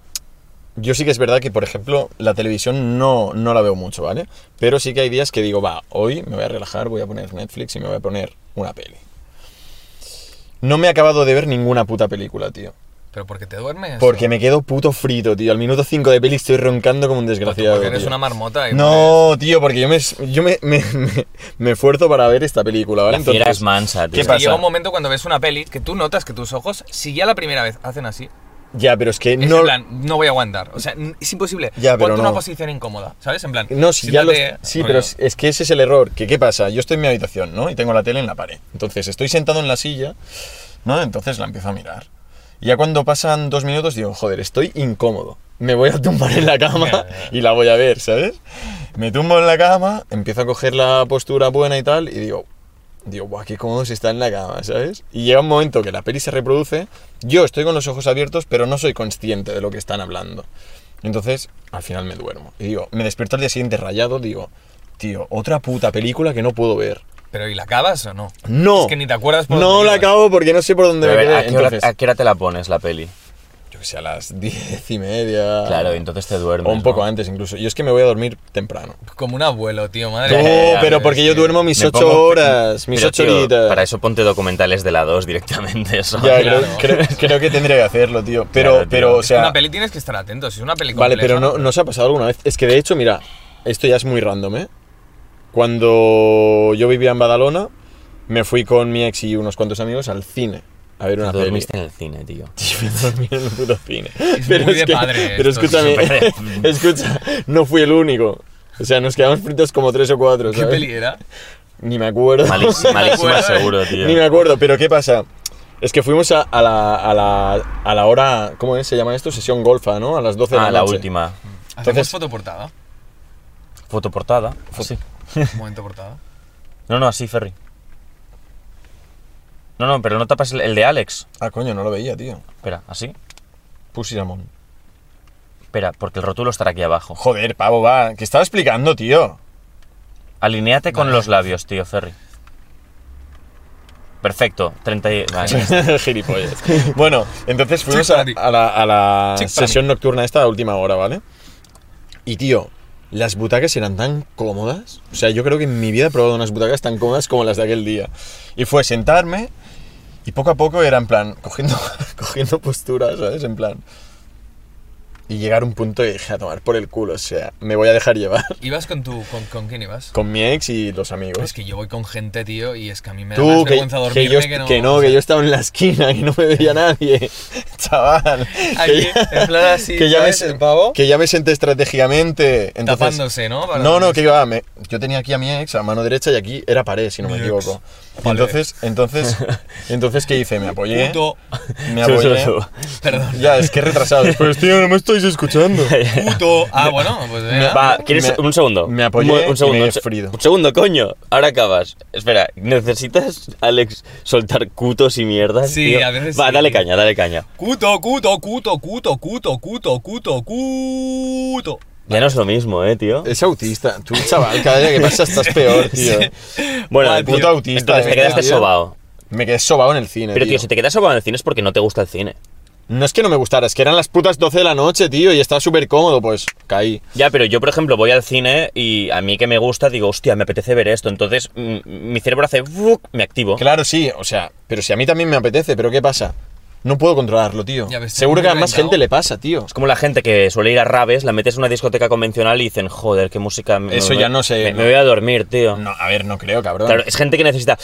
yo sí que es verdad que, por ejemplo, la televisión no, no la veo mucho, ¿vale? Pero sí que hay días que digo, va, hoy me voy a relajar, voy a poner Netflix y me voy a poner una peli. No me he acabado de ver ninguna puta película, tío. ¿Pero porque te duermes? Porque ¿O? me quedo puto frito, tío. Al minuto cinco de peli estoy roncando como un Pues tú desgraciado. porque eres tío. una marmota. y No, tío, porque yo me, yo me, me, me- me esfuerzo para ver esta película, ¿vale? La fiera Entonces, es mansa, tío. ¿qué Es que pasa? llega un momento cuando ves una peli que tú notas que tus ojos, si ya la primera vez hacen así, ya, pero es que es no... en plan, no voy a aguantar. O sea, n- es imposible. Ya, pero Ponte no. una posición incómoda, ¿sabes? En plan, No, si ya lo... siéntate, Sí, rollo. pero es, es que ese es el error. Que, ¿qué pasa? Yo estoy en mi habitación, ¿no? Y tengo la tele en la pared. Entonces, estoy sentado en la silla, ¿no? Entonces la empiezo a mirar. Y ya cuando pasan dos minutos digo, joder, estoy incómodo. Me voy a tumbar en la cama Ya, ya. y la voy a ver, ¿sabes? Me tumbo en la cama, empiezo a coger la postura buena y tal, y digo, digo, guau, qué cómodo se está en la cama, ¿sabes? Y llega un momento que la peli se reproduce, yo estoy con los ojos abiertos, pero no soy consciente de lo que están hablando. Entonces, al final me duermo. Y digo, me despierto al día siguiente rayado, digo, tío, otra puta película que no puedo ver. Pero ¿y la acabas o no? No. Es que ni te acuerdas por No dónde la ibas. acabo porque no sé por dónde Pero me a, ver, quedé. ¿a qué hora, Entonces, a qué hora te la pones la peli? yo que sé, a las diez y media. Claro, y entonces te duermes. O un poco ¿no? antes incluso. Yo es que me voy a dormir temprano. Como un abuelo, tío, madre No, mía. pero Es porque yo que- duermo mis Me ocho pongo- horas, mis Pero, ocho tío, horitas. Para eso ponte documentales de la dos directamente. Eso. Ya, Claro. creo, creo, creo que tendría que hacerlo, tío. Pero, Claro, tío. pero, o Es que sea... una peli tienes que estar atento. Si es una peli Vale, compleja, pero no, ¿no os ha pasado alguna vez? Es que de hecho, mira, esto ya es muy random, ¿eh? Cuando yo vivía en Badalona, me fui con mi ex y unos cuantos amigos al cine a ver Te una peli. dormiste en el cine, tío. Tío, me dormí en un puto cine. Es muy de padre Pero esto, escúchame, súper- escucha, no fui el único. O sea, nos quedamos fritos como tres o cuatro, ¿Qué ¿sabes? peli era? Ni me acuerdo. Malísima, malísima acuerdo, eh. seguro, tío. Ni me acuerdo, pero ¿qué pasa? Es que fuimos a, a, la, a, la, a la hora... ¿Cómo es? Se llama esto? Sesión golfa, ¿no? A las doce de Ah, la la noche. última. Hacemos Entonces- fotoportada. Fotoportada. Así. Momento portada. No, no, así, Ferry. No, no, pero no tapas el, el de Alex. Ah, coño, no lo veía, tío. Espera, así. Pussy Ramón. Espera, porque el rótulo estará aquí abajo. Joder, pavo, va. ¿Qué estaba explicando, tío? Alinéate con Vale. los labios, tío, Ferry. Perfecto. treinta y... Vale. Gilipollas. Bueno, entonces fuimos Chick para a, ti. a la, a la Chick para sesión nocturna esta a última hora, ¿vale? Y, tío, las butacas eran tan cómodas. O sea, yo creo que en mi vida he probado unas butacas tan cómodas como las de aquel día. Y fue sentarme y poco a poco era en plan, cogiendo, cogiendo postura, ¿sabes? En plan... Y llegar a un punto y dije, a tomar por el culo, o sea, me voy a dejar llevar. ¿Ibas con tu... con, con quién ibas? Con mi ex y los amigos. Es que yo voy con gente, tío, y es que a mí me da Tú, más que, vergüenza que dormirme yo, que no... que no, o que sea, yo estaba en la esquina, que no me veía nadie. Chaval. Aquí, que ya, en plan así, que ya me, ¿sabes? El pavo que ya me senté estratégicamente. Entonces, tapándose, ¿no? Para no, no, dormirse. que iba, me- yo tenía aquí a mi ex a mano derecha y aquí era pared, si no me Mi equivoco. ex. Y entonces, entonces, entonces, ¿qué hice? Me apoyé. Puto. Me apoyé. Perdón. Ya, es que he retrasado. Pues tío, no me estáis escuchando. Puto. Ah, bueno, pues venga. Va, ¿quieres Me- un segundo? me apoyé un, un segundo, y me he un se- frido. Un segundo, coño. Ahora acabas. Espera, ¿necesitas, Alex, soltar cutos y mierdas? Sí, tío? a veces Va, sí. dale caña, dale caña. Cuto, cuto, cuto, cuto, cuto, cuto, cuto, cuto. Ya no es lo mismo, eh, tío. Es autista. Tú, chaval, cada día que pasa estás peor, tío. Bueno, Buah, el tío. Puto autista. entonces te eh, quedaste tío. sobao. Me quedé sobado en el cine. Pero, tío, si te quedas sobao en el cine es porque no te gusta el cine. No es que no me gustara, es que eran las putas doce de la noche, tío, y estaba súper cómodo, pues caí. Ya, pero yo, por ejemplo, voy al cine y a mí que me gusta, digo, hostia, me apetece ver esto. Entonces, mm, mi cerebro hace... ¡fuc! Me activo. Claro, sí, o sea, pero si a mí también me apetece, pero ¿qué pasa? No puedo controlarlo, tío. Ya ves, Seguro muy que a más reventado. gente le pasa, tío. Es como la gente que suele ir a raves, la metes en una discoteca convencional y dicen, joder, qué música... me- Eso me- ya no sé, Me, no. me voy a dormir, tío. No, a ver, no creo, cabrón. Claro, es gente que necesita...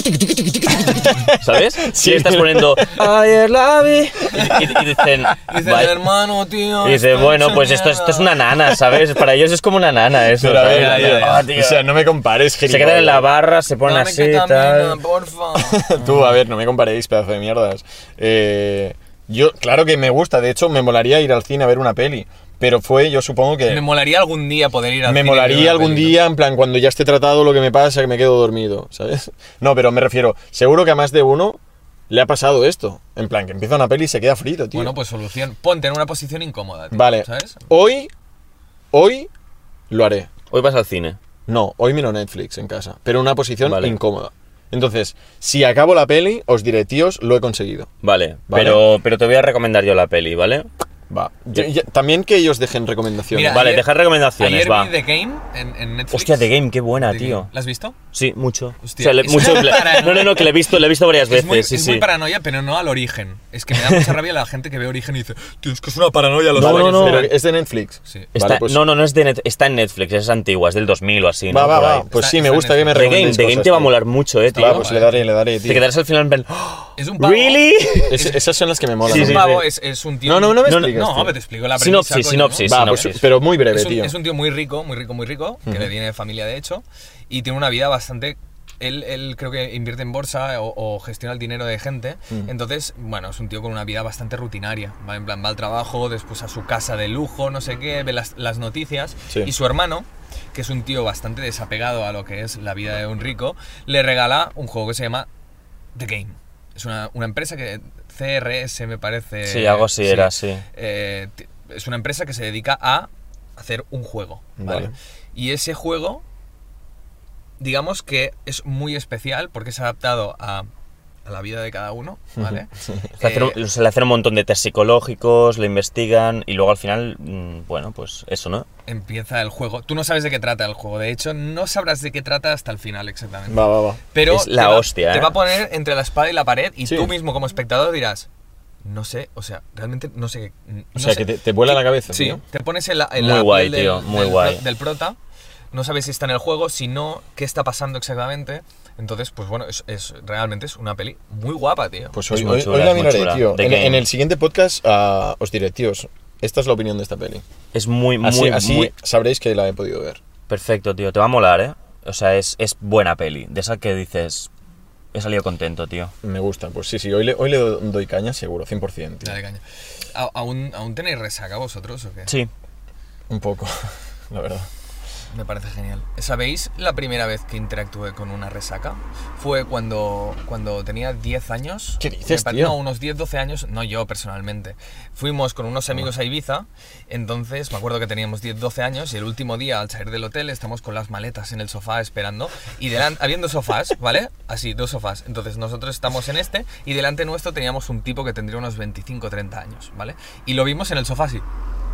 ¿Sabes? Sí. Si le estás poniendo... Ayer la vi... Y, y- y dicen... Dice "Vaya". el hermano, tío. Y dice, esto bueno, es pues esto, esto es una nana, ¿sabes? Para ellos es como una nana eso, Pero a ver, ¿sabes? tío, ya, Ah, tío. o sea, no me compares, Se gilipollas. quedan en la barra, se ponen Dame así que y también, tal... porfa. Tú, a ver, no me comparéis, pedazo de mierdas. Eh, yo, claro que me gusta, de hecho, me molaría ir al cine a ver una peli. Pero fue, yo supongo que... Me molaría algún día poder ir al Me cine y ver molaría una algún película. día, en plan, cuando ya esté tratado lo que me pasa, que me quedo dormido, ¿sabes? No, pero me refiero, seguro que a más de uno le ha pasado esto. En plan, que empieza una peli y se queda frito, tío. Bueno, pues solución. Ponte en una posición incómoda, tío, Vale. ¿sabes? Hoy, hoy lo haré. Hoy vas al cine. No, hoy miro Netflix en casa, pero en una posición Vale. incómoda. Entonces, si acabo la peli, os diré, tíos, lo he conseguido. Vale, Vale. Pero, pero te voy a recomendar yo la peli, ¿vale? Va. Yo- ya- también que ellos dejen recomendaciones. Mira, Vale, ayer- dejar recomendaciones, Ayer va. vi The Game en, en Netflix. Hostia, The Game, qué buena, The tío. Game. ¿La has visto? Sí, mucho. Hostia, O sea, le- es mucho muy le- paranoia. no, no, no, que la he visto, la he visto varias Es veces, muy, sí, es sí. muy paranoia, pero no al origen. Es que me da mucha rabia la gente que ve origen y dice, tío, es que es una paranoia los No, aliens". no, no. Pero es de Netflix. Sí. Está- Vale, pues- No, no, no es de net, está en Netflix, es antigua, es del dos mil o así, ¿no? Va, va, Por ahí. va. Pues Está- sí, me está en gusta que me Netflix. The Game, recomendéis The Game cosas, te va a tío. molar mucho, eh, tío. Va, pues le daré, le daré, tío. Te quedarás al final en plan... "Oh, Es un pavo. ¿Really? Es- esas son las que me molan. Sí, Es sí, un pavo, sí. es, es un tío... No, no, no me No, no, expliques, No, tío. pero te explico la premisa, Sinopsis, coño. sinopsis. Va, pues, sinopsis. pero muy breve, Es un, tío. es un tío muy rico, muy rico, muy rico, que le viene de familia de hecho, y tiene una vida bastante... Él, él creo que invierte en bolsa o, o gestiona el dinero de gente, Mm. entonces, bueno, es un tío con una vida bastante rutinaria, ¿vale? En plan, va al trabajo, después a su casa de lujo, no sé qué, ve las, las noticias, Sí. y su hermano, que es un tío bastante desapegado a lo que es la vida de un rico, le regala un juego que se llama The Game. Es una, una empresa que... C R S me parece... Sí, algo así era, sí. Eh, t- es una empresa que se dedica a hacer un juego, ¿vale? Vale. Y ese juego, digamos que es muy especial porque es adaptado a, a la vida de cada uno, ¿vale? Se le hacen- Eh, se le hacen un montón de test psicológicos, le investigan y luego al final, mm, bueno, pues eso, ¿no? empieza el juego. Tú no sabes de qué trata el juego, de hecho, no sabrás de qué trata hasta el final exactamente. Va, va, va. Pero Es la te va, hostia, te ¿eh? va a poner entre la espada y la pared y Sí. tú mismo como espectador dirás, no sé, o sea, realmente no sé. No O sea, sé. que te, te vuela la cabeza, Sí, tío. te pones en la, en Muy la guay, piel tío, del, muy del guay. pro- del prota, no sabes si está en el juego, si no, qué está pasando exactamente. Entonces, pues bueno, es, es- realmente es una peli muy guapa, tío. Pues Es hoy, muy hoy- chula, hoy la es muy miraré, chula. tío. The En, Game. en el siguiente podcast ah, os diré, tíos, esta es la opinión de esta peli. Es muy, muy, Así, así muy sabréis que la he podido ver. perfecto, tío. Te va a molar, ¿eh? O sea, es, es buena peli. De esa que dices, He salido contento, tío. Me gusta, pues sí, sí, hoy le, hoy le doy caña seguro, cien por ciento, tío. Dale caña. ¿A- ¿Aún, ¿Aún tenéis resaca vosotros o qué? Sí. Un poco, la verdad. Me parece genial. ¿Sabéis la primera vez que interactué con una resaca? Fue cuando, cuando tenía diez años. ¿Qué dices, Me pa- tío? No, unos diez, doce años, no yo personalmente. Fuimos con unos amigos a Ibiza, entonces me acuerdo que teníamos diez, doce años y el último día al salir del hotel estamos con las maletas en el sofá esperando y delante, habiendo sofás, ¿vale? Así, dos sofás. Entonces nosotros estamos en este y delante nuestro teníamos un tipo que tendría unos veinticinco, treinta años, ¿vale? Y lo vimos en el sofá así.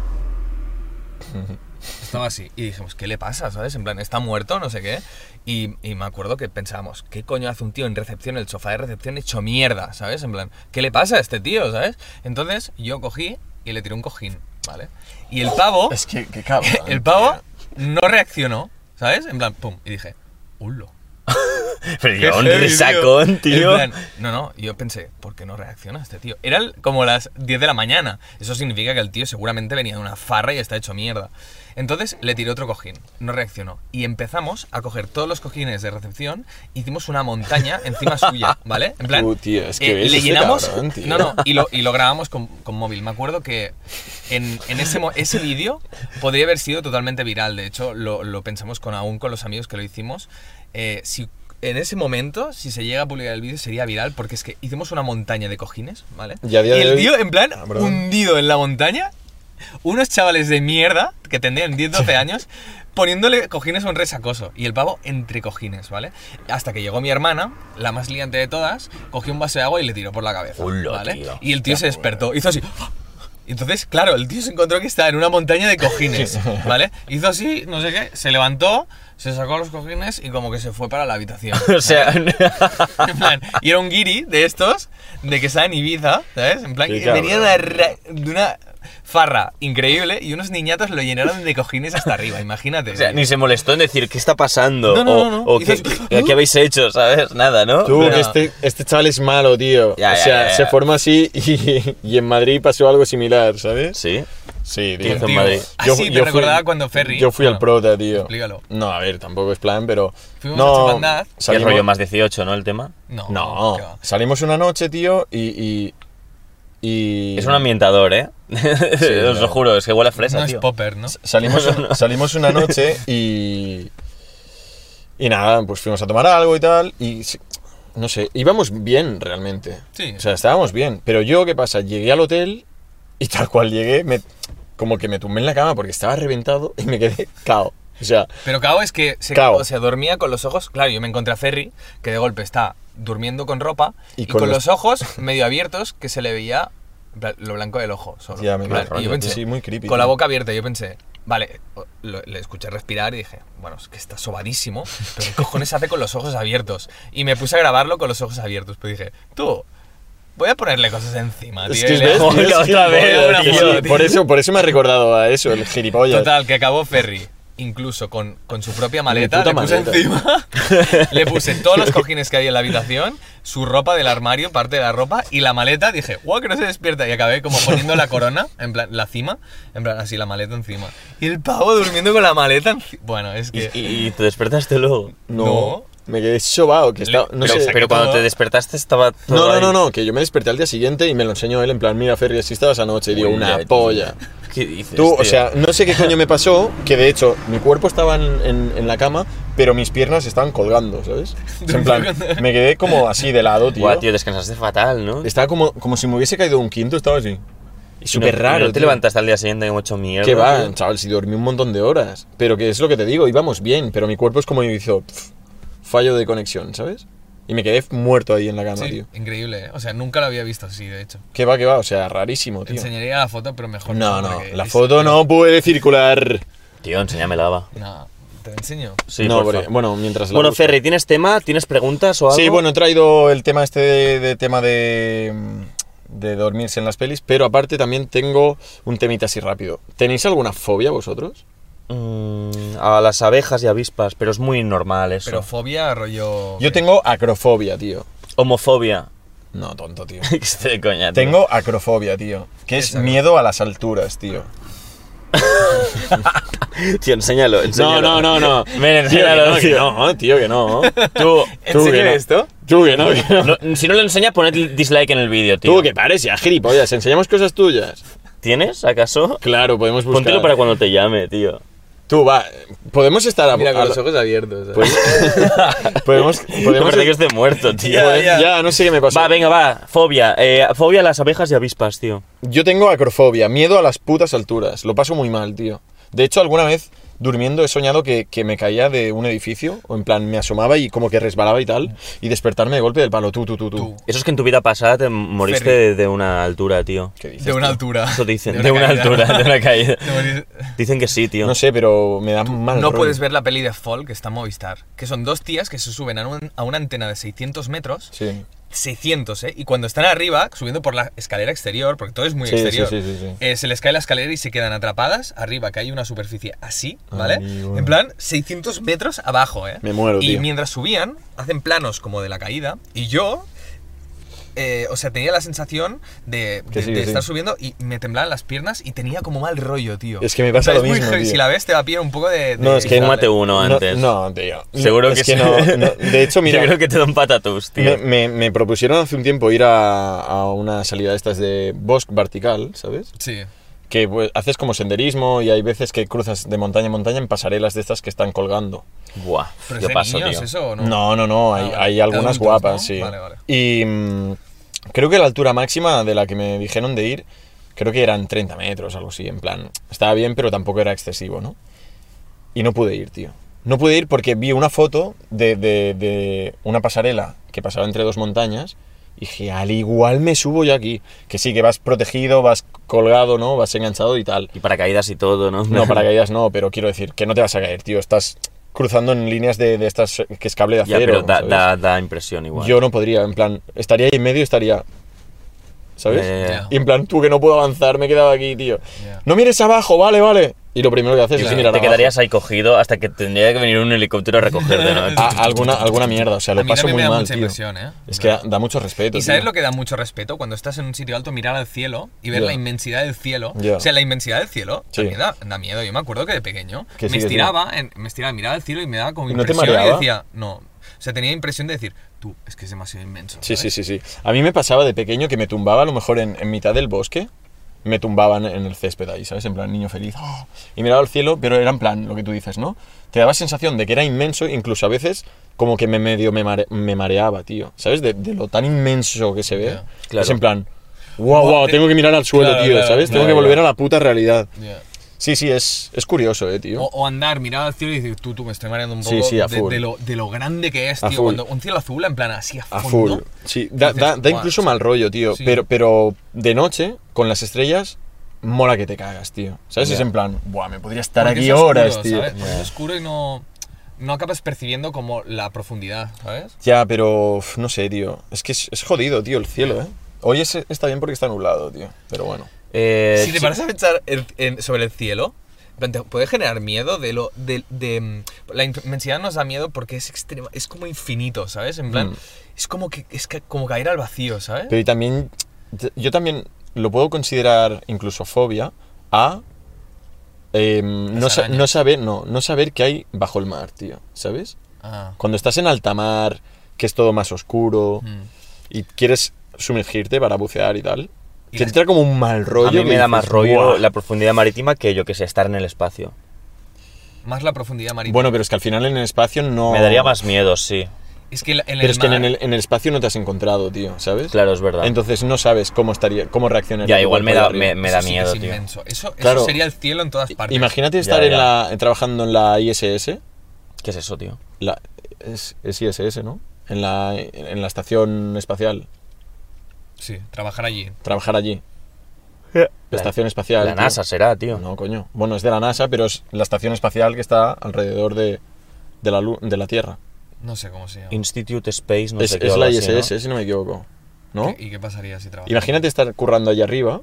Estaba así y dijimos, ¿qué le pasa? ¿Sabes? En plan, ¿está muerto? No sé qué. Y, y me acuerdo que pensábamos, ¿qué coño hace un tío en recepción, en el sofá de recepción hecho mierda? ¿Sabes? En plan, ¿qué le pasa a este tío? ¿Sabes? Entonces yo cogí y le tiré un cojín, ¿vale? Y el pavo, Es que, qué cabrón. el pavo no reaccionó, ¿sabes? En plan, pum. Y dije, ¡hulo! Pero Qué yo, un heavy, resacón, tío. En plan, no, no, yo pensé, ¿por qué no reacciona este tío? Eran como las diez de la mañana. Eso significa que el tío seguramente venía de una farra y está hecho mierda. Entonces le tiré otro cojín, no reaccionó. Y empezamos a coger todos los cojines de recepción, hicimos una montaña encima suya, ¿vale? En plan, Uh, tío, es que ves le este llenamos. cabrón, tío. No, no, y lo, y lo grabamos con, con móvil. Me acuerdo que en, en ese, mo- ese vídeo podría haber sido totalmente viral. De hecho, lo, lo pensamos con aún con los amigos que lo hicimos. Eh, si en ese momento, si se llega a publicar el vídeo, sería viral porque es que hicimos una montaña de cojines, ¿vale? Y a día de el hoy- tío, en plan, Ah, perdón. hundido en la montaña, unos chavales de mierda que tendrían diez, doce años, poniéndole cojines a un resacoso. Y el pavo entre cojines, ¿vale? Hasta que llegó mi hermana, la más liante de todas, cogió un vaso de agua y le tiró por la cabeza. Hola, ¿vale? tío. Y el tío se despertó, hizo así. Y entonces, claro, el tío se encontró que estaba en una montaña de cojines, ¿vale? Hizo así, no sé qué, se levantó, se sacó los cojines y como que se fue para la habitación. O sea, En plan, y era un guiri de estos, de que estaba en Ibiza, ¿sabes? En plan, Qué que venía de una, cabrón. ra- de una farra increíble y unos niñatos lo llenaron de cojines hasta arriba, imagínate. o sea, ni se molestó en decir, ¿qué está pasando? No, no, o no, no. o Hizo ¿qué, así, qué- qué habéis hecho? ¿Sabes? Nada, ¿no? Tú, Pero- que este, este chaval es malo, tío. Ya, o ya, sea, ya, ya. se forma así y, y en Madrid pasó algo similar, ¿sabes? Sí. Sí, ¿Qué tío. hizo en Tío, Madrid? así te recordaba cuando Ferry. Yo fui Bueno, al prota, tío. explícalo. No, a ver, tampoco es plan, pero... Fuimos no, a Chapandaz. ¿Qué salimos- rollo más dieciocho, ¿no? El tema. No, No, qué va. salimos una noche, tío, y... y, y- Es un ambientador, ¿eh? Os lo no. juro, es que huele a fresa, No es tío. popper, ¿no? Salimos, un- salimos una noche y... Y nada, pues fuimos a tomar algo y tal, y... sí, no sé, íbamos bien realmente. Sí. O sea, estábamos bien. Pero yo, ¿qué pasa? Llegué al hotel y tal cual llegué, me, como que me tumbé en la cama porque estaba reventado y me quedé cao. O sea, Pero Cao es que se, Cao. o sea, dormía con los ojos. Claro, yo me encontré a Ferry, que de golpe está durmiendo con ropa y, Y con, con los... los- ojos medio abiertos que se le veía en plan, lo blanco del ojo solo. Ya, me En plan, quedé y yo rollo, pensé, sí, muy creepy, con la tío. boca abierta, yo pensé, vale, o- lo- le escuché respirar y dije, bueno, es que está sobadísimo, pero ¿qué cojones hace con los ojos abiertos? Y me puse a grabarlo con los ojos abiertos, pero dije, tú, voy a ponerle cosas encima, tío. es y que es le- ves, tío, es otra que- vez, tío, tío. sí, por eso, por eso me ha recordado a eso, el gilipollas. Total, que acabó Ferry, incluso con, con su propia maleta, puta le puse maleta. encima, le puse todos los cojines que hay en la habitación, su ropa del armario, parte de la ropa, y la maleta, dije, guau, que no se despierta, y acabé como poniendo la corona, en plan, la cima, en plan, así, la maleta encima. Y el pavo durmiendo con la maleta encima. Bueno, es Y, que... y- y te despertaste luego. No, No. me quedé sobao, que estaba, no pero, sé. pero cuando todo. te despertaste estaba todo No, no, ahí. no, no, que yo me desperté al día siguiente y me lo enseñó él en plan, mira, Ferry, así estabas anoche, y digo, Uy, una ya, polla. ¿Qué dices, Tú, o tío? sea, no sé qué coño me pasó, que de hecho mi cuerpo estaba en, en- en la cama, pero mis piernas estaban colgando, ¿sabes? O sea, en plan, me quedé como así de lado, tío. Buah, tío, descansaste fatal, ¿no? Estaba como, como si me hubiese caído un quinto, estaba así. Y súper no- raro, ¿No te tío. levantaste al día siguiente como hecho mierda? Que va, tío? chaval, si dormí un montón de horas. Pero que es lo que te digo, íbamos bien, pero mi cuerpo es como hizo pf, fallo de conexión, ¿sabes? Y me quedé muerto ahí en la cama, Sí, tío. increíble, ¿eh? O sea, nunca lo había visto así, de hecho. Que va, que va, o sea, rarísimo, Te tío. enseñaría la foto, pero mejor No, no, porque la es- foto no puede circular. Tío, enséñamela, va. No, te enseño. Sí, no, porfa. porque- bueno, mientras la Bueno, busco. Ferry, ¿tienes tema? ¿Tienes preguntas o algo? Sí, bueno, he traído el tema este de, de tema de, de dormirse en las pelis, pero aparte también tengo un temita así rápido. ¿Tenéis alguna fobia vosotros? Mm, a las abejas y avispas, pero es muy normal eso. Pero fobia, rollo... Yo tengo acrofobia, tío. Homofobia. No, tonto, tío. Que esté de coña, tío. Tengo acrofobia, tío. Que es Esa, ¿no? miedo a las alturas, tío. Tío, enséñalo, enséñalo. no. Ven, enséñalo, Tío, que tío. no, tío, que no. Tú, ¿En serio que no. esto? Tú que no, que no. No, si no lo enseñas, poned dislike en el vídeo, tío. Tú que pares ya, gilipollas. Enseñamos cosas tuyas. ¿Tienes, acaso? Claro, podemos buscar. Póntelo para cuando te llame, tío. Tú, va. Podemos estar a... Mira, con a- los ojos abiertos. ¿sabes? Pues- podemos... Me podemos parece que esté muerto, tío. Ya, ya. Ya, no sé qué me pasa. Va, venga, va. Fobia. Eh, fobia a las abejas y avispas, tío. Yo tengo acrofobia, miedo a las putas alturas. Lo paso muy mal, tío. De hecho, alguna vez durmiendo he soñado que, que me caía de un edificio, o en plan me asomaba y como que resbalaba y tal, y despertarme de golpe del palo, tú, tú, tú, tú. Tú. Eso es que en tu vida pasada te moriste Ferry. de, de una altura, tío. ¿Qué dices, De una tío? altura. Eso dicen. De De una una, caída. altura, de una caída. De morir- Dicen que sí, tío. No sé, pero me da mal No rollo. puedes ver la peli de Fall que está en Movistar. Que son dos tías que se suben a, un- a una antena de seiscientos metros. Sí. seiscientos, ¿eh? Y cuando están arriba, subiendo por la escalera exterior, porque todo es muy Sí, exterior, sí, sí, sí, sí. eh, se les cae la escalera y se quedan atrapadas arriba, que hay una superficie así, ¿vale? Ay, bueno. En plan, seiscientos metros abajo, ¿eh? Me muero, Y tío. mientras subían, hacen planos como de la caída, y yo... eh, o sea, tenía la sensación de, Que de- sí, de que sí. estar subiendo y me temblaban las piernas y tenía como mal rollo, tío. Es que me pasa En plan, lo es muy mismo, heavy. tío. Si la ves, te va a pillar un poco de... de No, es que de- Fúmate uno No, antes. No, tío. Seguro es que, que sí. no, no. De hecho, mira, Yo creo que te da un patatús, tío. me, me, me propusieron hace un tiempo ir a, a una salida de estas de bosque vertical, ¿sabes? Sí. Que pues, haces como senderismo y hay veces que cruzas de montaña en montaña en pasarelas de estas que están colgando. Buah, ¿Pero yo es de paso, niños tío. eso o no? No, no, no, hay, Ah, vale. hay algunas Adultos, guapas, ¿no? sí. Vale, vale. Y mm, creo que la altura máxima de la que me dijeron de ir, creo que eran treinta metros, algo así, en plan, estaba bien, pero tampoco era excesivo, ¿no? Y no pude ir, tío. No pude ir porque vi una foto de, de, de una pasarela que pasaba entre dos montañas y dije, al igual me subo yo aquí. Que sí, que vas protegido, vas colgado, ¿no? Vas enganchado y tal. Y paracaídas y todo, ¿no? No, paracaídas no, pero quiero decir que no te vas a caer, tío. Estás cruzando en líneas de, de estas que es cable de Ya, acero. pero da, ¿sabes? da, da impresión igual. Yo no podría, en plan, estaría ahí en medio y estaría... ¿Sabes? Eh, Ya. Y en plan, tú que no puedo avanzar, me he quedado aquí, tío. Ya. No mires abajo, vale, vale. Y lo primero que haces Claro. es mirar te abajo. quedarías ahí cogido hasta que tendría que venir un helicóptero a recogerte, ¿no? A- alguna, alguna mierda, o sea, lo A mí paso también muy me da mal, mucha tío. impresión, ¿eh? Es que da, da mucho respeto, ¿Y sabes tío. lo que da mucho respeto? Cuando estás en un sitio alto, mirar al cielo y ver Ya. la inmensidad del cielo. Ya. O sea, la inmensidad del cielo Sí. también da, da miedo. Yo me acuerdo que de pequeño Que sí, me que sí. estiraba, en- me estiraba, miraba al cielo y me daba como ¿Y no te impresión y mareaba? decía, no. O sea, tenía impresión de decir, tú, es que es demasiado inmenso. Sí, sí, ¿sabes? sí, sí. A mí me pasaba de pequeño que me tumbaba a lo mejor en, en mitad del bosque. Me tumbaban en el césped ahí, ¿sabes? En plan, niño feliz. ¡Oh! Y miraba al cielo, pero era en plan, lo que tú dices, ¿no? Te daba sensación de que era inmenso, incluso a veces como que me medio me, mare- me mareaba, tío. ¿Sabes? De, de lo tan inmenso que se ve. Ya. Claro. Es en plan, wow, Buah, wow, te- tengo que mirar al suelo, Claro, tío, claro, ¿sabes? Tengo ya, que volver ya. a la puta realidad. Ya. Sí, sí, es, es curioso, eh, tío. O, o andar, mirar al cielo y decir, tú, tú, me estoy mareando un Sí, poco sí, a de, full. de lo, de lo grande que es, A tío. full. Cuando un cielo azul, en plan, así a A fondo. full. Sí, da, dices, da, da "Buah, incluso sí". mal rollo, tío. Sí. Pero, pero de noche, con las estrellas, mola que te cagas, tío. ¿Sabes? Ya. Es en plan, buah, me podría estar Porque aquí es oscuro, horas, tío. ¿sabes? Porque Ya. es oscuro y no, no acabas percibiendo como la profundidad, ¿sabes? Ya, pero uf, no sé, tío. Es que es, es jodido, tío, el cielo, ¿eh? Hoy es- está bien porque está nublado, tío. Pero bueno. Eh, Si te sí. paras a pensar en- en- sobre el cielo, en plan, te puede generar miedo de lo. De, de, mm, la inmensidad nos da miedo porque es extrema, es como infinito, ¿sabes? En plan, Mm. es como que es ca- como caer al vacío, ¿sabes? Pero y también, yo también lo puedo considerar incluso fobia a eh, no, Las sa- arañas. no saber, no, no saber qué hay bajo el mar, tío. ¿Sabes? Ah. Cuando estás en alta mar, que es todo más oscuro Mm. y quieres sumergirte para bucear y tal, Y te las- entra como un mal rollo. A mí que me da dices, más rollo "Buah". la profundidad marítima que yo que sé, estar en el espacio. Más la profundidad marítima. Bueno, pero es que al final en el espacio no... Me daría más miedo, sí. es que en el Pero es que mar- en el, en el espacio no te has encontrado, tío, ¿sabes? Claro, es verdad. Entonces no sabes cómo estaría, cómo reaccionaría. Ya, tu igual cuerpo me ahí da, arriba. me, me da eso sí que miedo, es tío. inmenso. Eso, eso Claro. sería el cielo en todas partes. Imagínate Ya, estar en ya. la, trabajando en la I S S. ¿Qué es eso, tío? La, es, es I S S, ¿no? En la, en la estación espacial. Sí, trabajar allí. Trabajar allí. La estación espacial. La tío. NASA será, tío. No, coño. Bueno, es de la NASA, pero es la estación espacial que está alrededor de, de, la, lu- de la Tierra. No sé cómo se llama. Institute Space, no es sé qué. es algo la así, I S S, ¿no? si no me equivoco. ¿no? ¿Qué- ¿Y qué pasaría si trabajas? Imagínate estar currando allá arriba.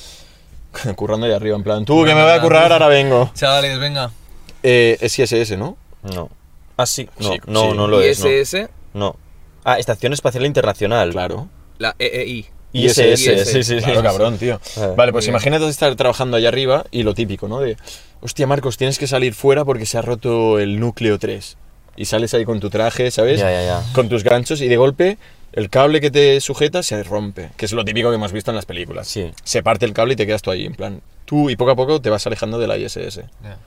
currando allá arriba, en plan, tú que me voy a currar, ahora vengo. Chavales, venga. Eh, es I S S, ¿no? No. Ah, sí. No, Sí, no, sí. no lo es. No. I S S, No. Ah, Estación Espacial Internacional. Claro. la E E I. I S S, I S S, sí, sí, sí. Claro, cabrón, tío. Ah, Vale, pues muy bien. imagínate estar trabajando allá arriba y lo típico, ¿no? De, hostia, Marcos, tienes que salir fuera porque se ha roto el núcleo tres. y sales ahí con tu traje, ¿sabes? Ya, ya, ya. Con tus ganchos y de golpe el cable que te sujeta se rompe, que es lo típico que hemos visto en las películas. Sí. Se parte el cable y te quedas tú ahí, en plan, tú y poco a poco te vas alejando de la I S S. Ya.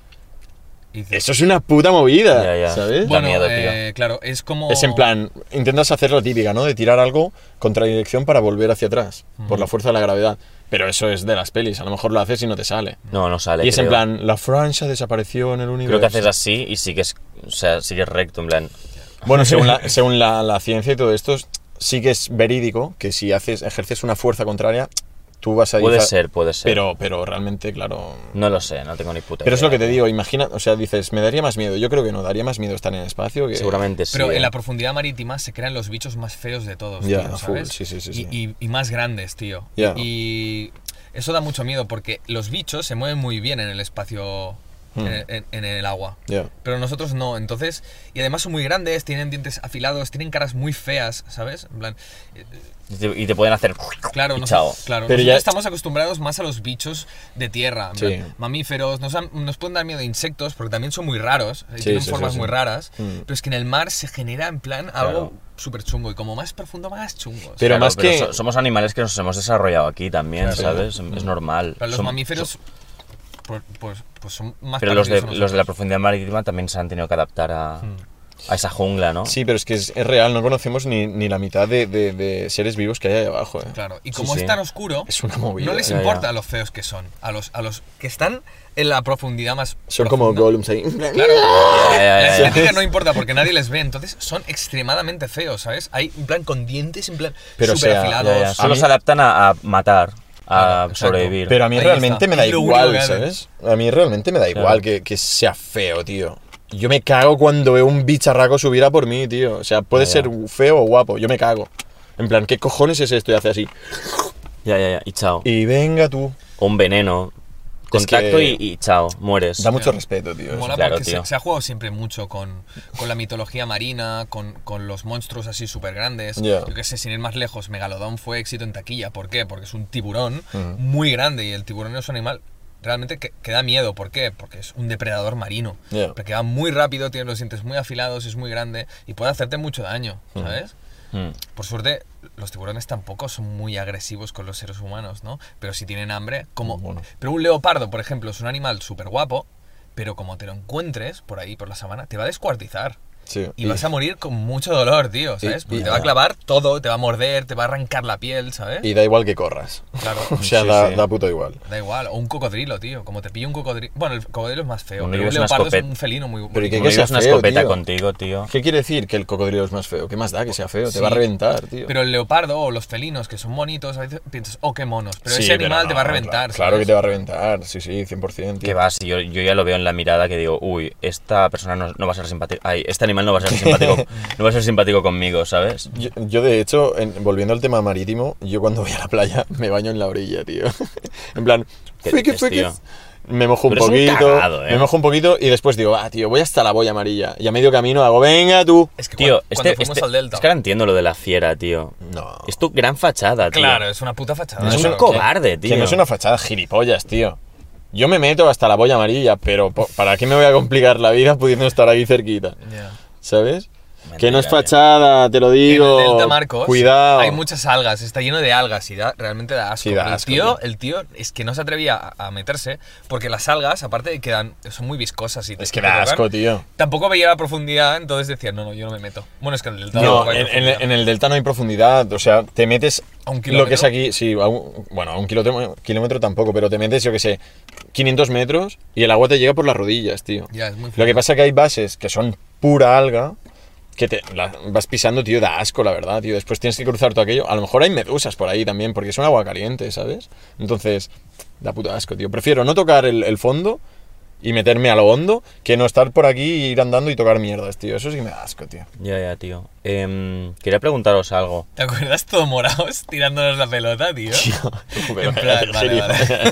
Y dices, Eso es una puta movida, Ya, ya. ¿sabes? Da bueno, miedo, eh, claro, es como... Es en plan, intentas hacer lo típica, ¿no? De tirar algo contra dirección para volver hacia atrás, por la fuerza de la gravedad. Pero eso es de las pelis, a lo mejor lo haces y no te sale. No, no sale. y es en creo. plan, la Francia desapareció en el universo. Creo que haces así y sigues, o sea, sigues recto, en plan. Bueno, según, la, según la, la ciencia y todo esto, sí que es verídico que si haces, ejerces una fuerza contraria, tú vas a... Puede ir a- ser, puede ser. Pero, pero realmente, claro... No lo sé, no tengo ni puta Pero es idea. lo que te digo, imagina, o sea, dices, me daría más miedo. Yo creo que no, daría más miedo estar en el espacio que... Seguramente sí. Pero eh. en la profundidad marítima se crean los bichos más feos de todos, Ya, tío, full, ¿sabes? sí, sí, sí, Y, sí. y- y más grandes, tío. Ya. Y eso da mucho miedo porque los bichos se mueven muy bien en el espacio, Hmm. en, en- en el agua. Ya. Pero nosotros no, entonces... Y además son muy grandes, tienen dientes afilados, tienen caras muy feas, ¿sabes? En plan... eh, Y te, y te pueden hacer. Claro, y nos- chao. claro Pero nosotros ya- estamos acostumbrados más a los bichos de tierra, en Sí. plan, mamíferos, nos, han- nos pueden dar miedo insectos porque también son muy raros, eh, Sí, tienen sí, formas sí, sí. muy raras, Mm. pero es que en el mar se genera en plan algo Claro. súper chungo y como más profundo, más chungo. Pero Claro, más que- so- somos animales que nos hemos desarrollado aquí también, Claro. ¿sabes? Es normal. Para los Som- mamíferos, pues, pues, pues son más Pero los de, parecidos a los de la nosotros. profundidad marítima también se han tenido que adaptar a, a esa jungla, ¿no? Sí, pero es que es, es real, no conocemos ni, ni la mitad de, de- de seres vivos que hay ahí abajo. ¿eh? Claro, y Sí, como sí. es tan oscuro, Es una movida. no les ¿eh? Ya, importa ya. a los feos que son, a los, a los que están en la profundidad más Son como profunda. golems ahí. Claro, Ya, ya, la ya, ya. estética no importa porque nadie les ve, entonces son extremadamente feos, ¿sabes? Hay en plan con dientes, en plan Pero, o súper sea, afilados. Ya, ya. Solo mí- se adaptan a, a matar, a Claro, exacto. sobrevivir. Pero a mí Ahí realmente está. me da Es lo único igual, que hacen. ¿sabes? A mí realmente me da Claro. igual que, que sea feo, tío. Yo me cago cuando veo un bicharraco subir a por mí, tío. O sea, puede Ya, ser ya. feo o guapo, yo me cago. En plan, ¿qué cojones es esto? Y hace así. Ya, ya, ya. Y chao. Y venga tú. O un veneno. Contacto que- y, y chao, mueres. Da mucho Ya. respeto, tío. eso. Mola Claro, porque tío. se, se ha jugado siempre mucho con, con la mitología marina, con, con los monstruos así súper grandes. Ya. Yo qué sé, sin ir más lejos, Megalodón fue éxito en taquilla. ¿Por qué? Porque es un tiburón Ujú. muy grande y el tiburón es un animal realmente que, que da miedo. ¿Por qué? Porque es un depredador marino. Ya. Porque va muy rápido, tiene los dientes muy afilados, es muy grande y puede hacerte mucho daño, ¿sabes? Mm. Por suerte, los tiburones tampoco son muy agresivos con los seres humanos, ¿no? Pero si tienen hambre, como... Bueno. Pero un leopardo, por ejemplo, es un animal súper guapo, pero como te lo encuentres por ahí, por la sabana, te va a descuartizar. Sí. Y vas a morir con mucho dolor, tío, ¿sabes? y- Porque y- te va a clavar todo, te va a morder, te va a arrancar la piel, ¿sabes? Y da igual que corras. Claro, O sea, Sí, da, sí. da puto igual. da igual. O un cocodrilo, tío. Como te pilla un cocodrilo... Bueno, el cocodrilo es más feo. Uno Pero un llevas una leopardo es escopeta. un felino muy... Pero ¿y qué Como que llevas sea una feo, escopeta tío? contigo, tío. ¿Qué quiere decir que el cocodrilo es más feo? ¿Qué más da que sea feo? Te Sí. va a reventar, tío. Pero el leopardo o los felinos, que son bonitos, a veces piensas, oh, qué monos. Pero Sí, ese animal pero te va a no, reventar, Claro, claro ¿sabes? que te va a reventar, sí, sí, cien por ciento. Que va, si yo, yo ya lo veo en la mirada que digo, uy, esta persona no, no va a ser simpático. Ay, este animal no va a ser simpático. No va a ser simpático conmigo, ¿sabes? Yo, yo, de hecho, en- volviendo al tema marítimo, yo cuando voy a la playa me baño en la orilla, tío. En plan, ¿Qué fuique, dices, fuique. tío? Me mojo un Tú eres un poquito, cagado, ¿eh? me mojo un poquito y después digo, ah, tío, voy hasta la boya amarilla. Y a medio camino hago, venga tú. Es que Tío, cuando, este, cuando fuimos este- al Delta... es que ahora entiendo lo de la fiera, tío. No. Es tu gran fachada, tío. Claro, es una puta fachada. Es un claro. cobarde, tío. Que no es una fachada gilipollas, tío. Yo me meto hasta la boya amarilla, pero po- ¿para qué me voy a complicar la vida pudiendo estar aquí cerquita? Ya. ¿Sabes? Mentira, Que no es tío. fachada, te lo digo. En el Delta Marcos Cuidado. hay muchas algas, está lleno de algas y da, realmente da asco. Sí, da Pero asco, el, tío, tío. el tío es que no se atrevía a, a meterse porque las algas, aparte de que dan, son muy viscosas y te- Es que te da tocan, asco, tío. tampoco veía la profundidad, entonces decía, no, no, yo no me meto. Bueno, es que en el Delta No, tampoco hay en, en- profundidad. en el delta no hay profundidad, o sea, te metes ¿A un lo kilómetro? que es aquí, sí, a un- bueno, a un kilómetro, kilómetro tampoco, pero te metes, yo que sé, quinientos metros y el agua te llega por las rodillas, tío. Ya, es muy Lo que fuerte. pasa es que hay bases que son pura alga, que te la vas pisando, tío, da asco, la verdad, tío. Después tienes que cruzar todo aquello. A lo mejor hay medusas por ahí también, porque es un agua caliente, ¿sabes? Entonces, da puto asco, tío. Prefiero no tocar el, el fondo y meterme a lo hondo que no estar por aquí y ir andando y tocar mierdas, tío. Eso sí que me da asco, tío. Ya, ya, tío. Em, quería preguntaros algo. ¿Te acuerdas todo morados tirándonos la pelota, tío? Pero, En plan, vale, vale. gilipollas.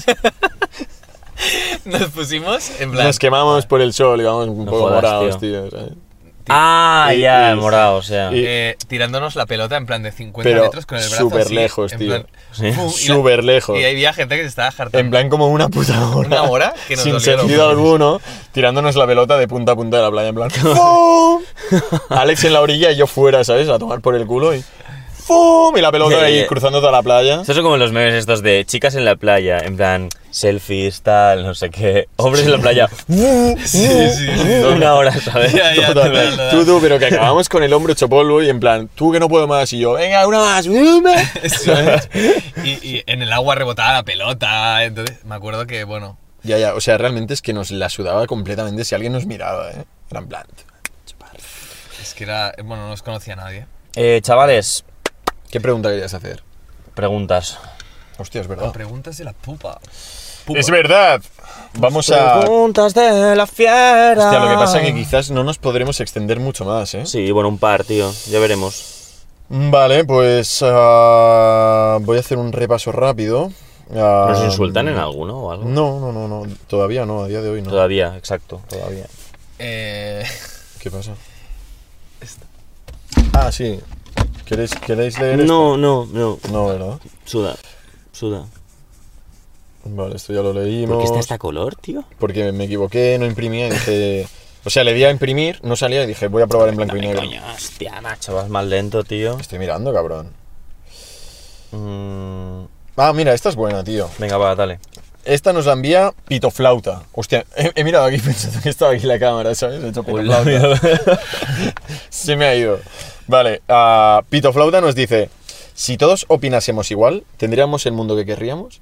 Nos pusimos en plan... Nos quemamos por el sol y vamos un No poco jodas, morados, tío. tío. ¿sabes? Ah, Y- ya, y- morado, o sea. y- eh, tirándonos la pelota en plan de cincuenta Pero metros con el brazo súper así, lejos, en tío. plan, Sí. ¡pum! y la- Súper lejos. Y había gente que se estaba hartando. En plan como una puta hora. Una hora que nos sin dolía los sentido huevos. alguno, tirándonos la pelota de punta a punta de la playa, en plan ¡fum! Alex en la orilla y yo fuera, ¿sabes? A tomar por el culo y ¡fum! Y la pelota ahí Eh, cruzando toda la playa. Estos son como los memes estos de chicas en la playa, en plan, selfies, tal, no sé qué. Hombres en la playa. Sí, sí, sí. Una hora, ¿sabes? Ya, ya, Total. total, total. Tú, tú, pero que acabamos con el hombro hecho polvo y en plan, tú que no puedo más y yo, venga, una más. ¿Sabes? Y, y en el agua rebotaba la pelota. Entonces, me acuerdo que, bueno. Ya, ya, o sea, realmente es que nos la sudaba completamente si alguien nos miraba, ¿eh? Era en plan. Es que era. Bueno, no nos conocía a nadie. Eh, chavales, ¿Qué pregunta querías hacer? preguntas. Hostia, es verdad. Preguntas de la pupa. Pupa. Es verdad. Vamos a. Preguntas de la fiera. Hostia, lo que pasa es que quizás no nos podremos extender mucho más, ¿eh? Sí, bueno, un par, tío. Ya veremos. Vale, pues ah, voy a hacer un repaso rápido. Ah, ¿Nos insultan en alguno o algo? No, no, no, no, todavía no, a día de hoy no. Todavía, exacto, todavía. Eh, ¿Qué pasa? Ah, sí. ¿Queréis, ¿queréis leer esto? No, no, no. No, ¿verdad? Suda, suda. Vale, esto ya lo leímos. ¿Por qué está esta color, tío? Porque me equivoqué, no imprimía y dije... O sea, le di a imprimir, no salía y dije, voy a probar en blanco y Dame, negro. coño, hostia, macho, vas más lento, tío. Estoy mirando, cabrón. Mm, Ah, mira, esta es buena, tío. venga, va, dale. Esta nos la envía Pitoflauta. Hostia, he, he mirado aquí pensando que estaba aquí la cámara, ¿sabes? He hecho Hola, Pitoflauta. Se me ha ido. Vale, ah, Pitoflauta nos dice: si todos opinásemos igual, ¿tendríamos el mundo que querríamos?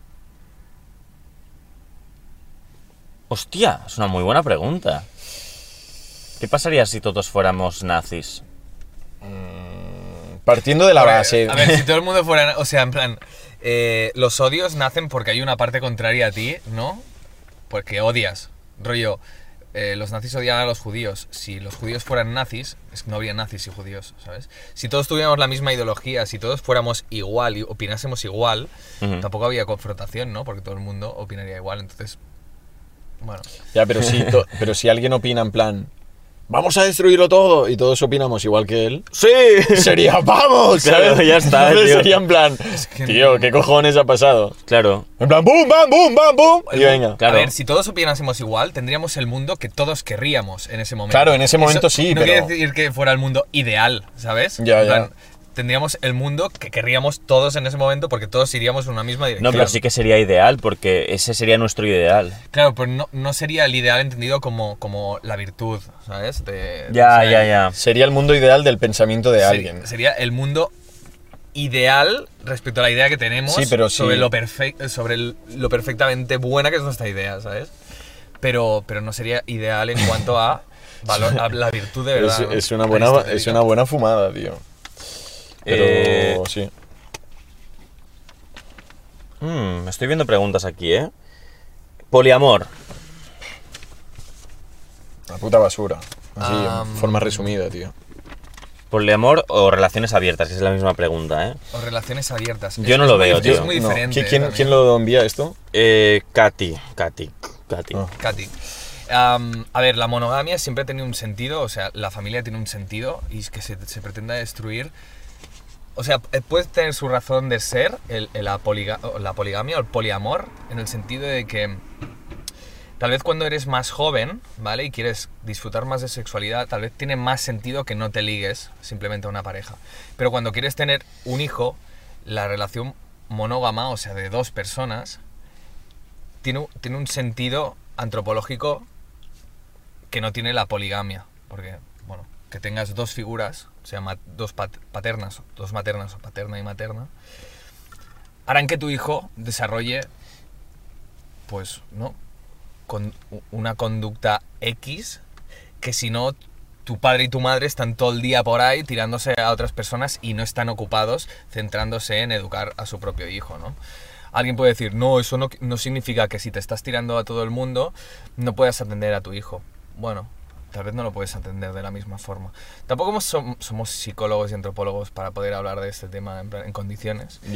Hostia, es una muy buena pregunta. ¿Qué pasaría si todos fuéramos nazis? Partiendo de la a ver, base. A ver, si todo el mundo fuera. O sea, en plan. eh, los odios nacen porque hay una parte contraria a ti, ¿no? Porque odias. Rollo. eh, los nazis odian a los judíos. Si los judíos fueran nazis, es que no habría nazis y judíos, ¿sabes? Si todos tuviéramos la misma ideología, si todos fuéramos igual y opinásemos igual, Ujú. tampoco habría confrontación, ¿no? Porque todo el mundo opinaría igual. Entonces. Bueno. Ya, pero si, to- pero si alguien opina en plan, vamos a destruirlo todo, y todos opinamos igual que él, ¡Sí! sería, vamos, Claro, ¿sabes? ya está, Entonces tío. sería en plan, que tío, no- ¿qué cojones ha pasado? Claro, En plan, boom, bam, boom, bam, boom, y venga. Claro. A ver, si todos opinásemos igual, tendríamos el mundo que todos querríamos en ese momento. Claro, en ese momento sí, no pero- quiere decir que fuera el mundo ideal, ¿sabes? Ya, En ya. Tendríamos el mundo que querríamos todos en ese momento porque todos iríamos en una misma dirección. no, pero sí que sería ideal, porque ese sería nuestro ideal. Claro, pero no, no sería el ideal entendido como, como la virtud, ¿sabes? De- Ya, o sea, ya, ya. Sería el mundo ideal del pensamiento de seri- alguien. Sería el mundo ideal respecto a la idea que tenemos Sí, pero sí. sobre, lo, perfe- sobre el- lo perfectamente buena que es nuestra idea, ¿sabes? Pero, pero no sería ideal en cuanto a, valor, a la virtud de Es, verdad. ¿no? es una buena, es Aristotélica. una buena fumada, tío. Pero Eh, sí. Mm, estoy viendo preguntas aquí, ¿eh? Poliamor. La puta basura. Así, Am. en forma resumida, tío. Poliamor o relaciones abiertas, que es la misma pregunta, ¿eh? O relaciones abiertas. Yo Es- no es lo muy- veo, Es tío. muy No. diferente. ¿Qui- ¿Quién, también. quién lo envía esto? Eh, Katy, Katy, Katy. Ah. Katy. Am, a ver, la monogamia siempre ha tenido un sentido, o sea, la familia tiene un sentido y es que se, se pretenda destruir. O sea, eh, puede tener su razón de ser el, el- la, poliga- o la poligamia o el poliamor, en el sentido de que tal vez cuando eres más joven, ¿vale? Y quieres disfrutar más de sexualidad, tal vez tiene más sentido que no te ligues simplemente a una pareja. Pero cuando quieres tener un hijo, la relación monógama, o sea, de dos personas, tiene, un- tiene un sentido antropológico que no tiene la poligamia. Porque, bueno, que tengas dos figuras, o sea, ma- dos pat- paternas, dos maternas, o paterna y materna, harán que tu hijo desarrolle, pues, ¿no? Con u- una conducta X que si no, tu padre y tu madre están todo el día por ahí tirándose a otras personas y no están ocupados centrándose en educar a su propio hijo, ¿no? Alguien puede decir, no, eso no, no significa que si te estás tirando a todo el mundo no puedas atender a tu hijo. Bueno, tal vez no lo puedes atender de la misma forma. Tampoco som- somos psicólogos y antropólogos para poder hablar de este tema en, plan- en condiciones. Ya.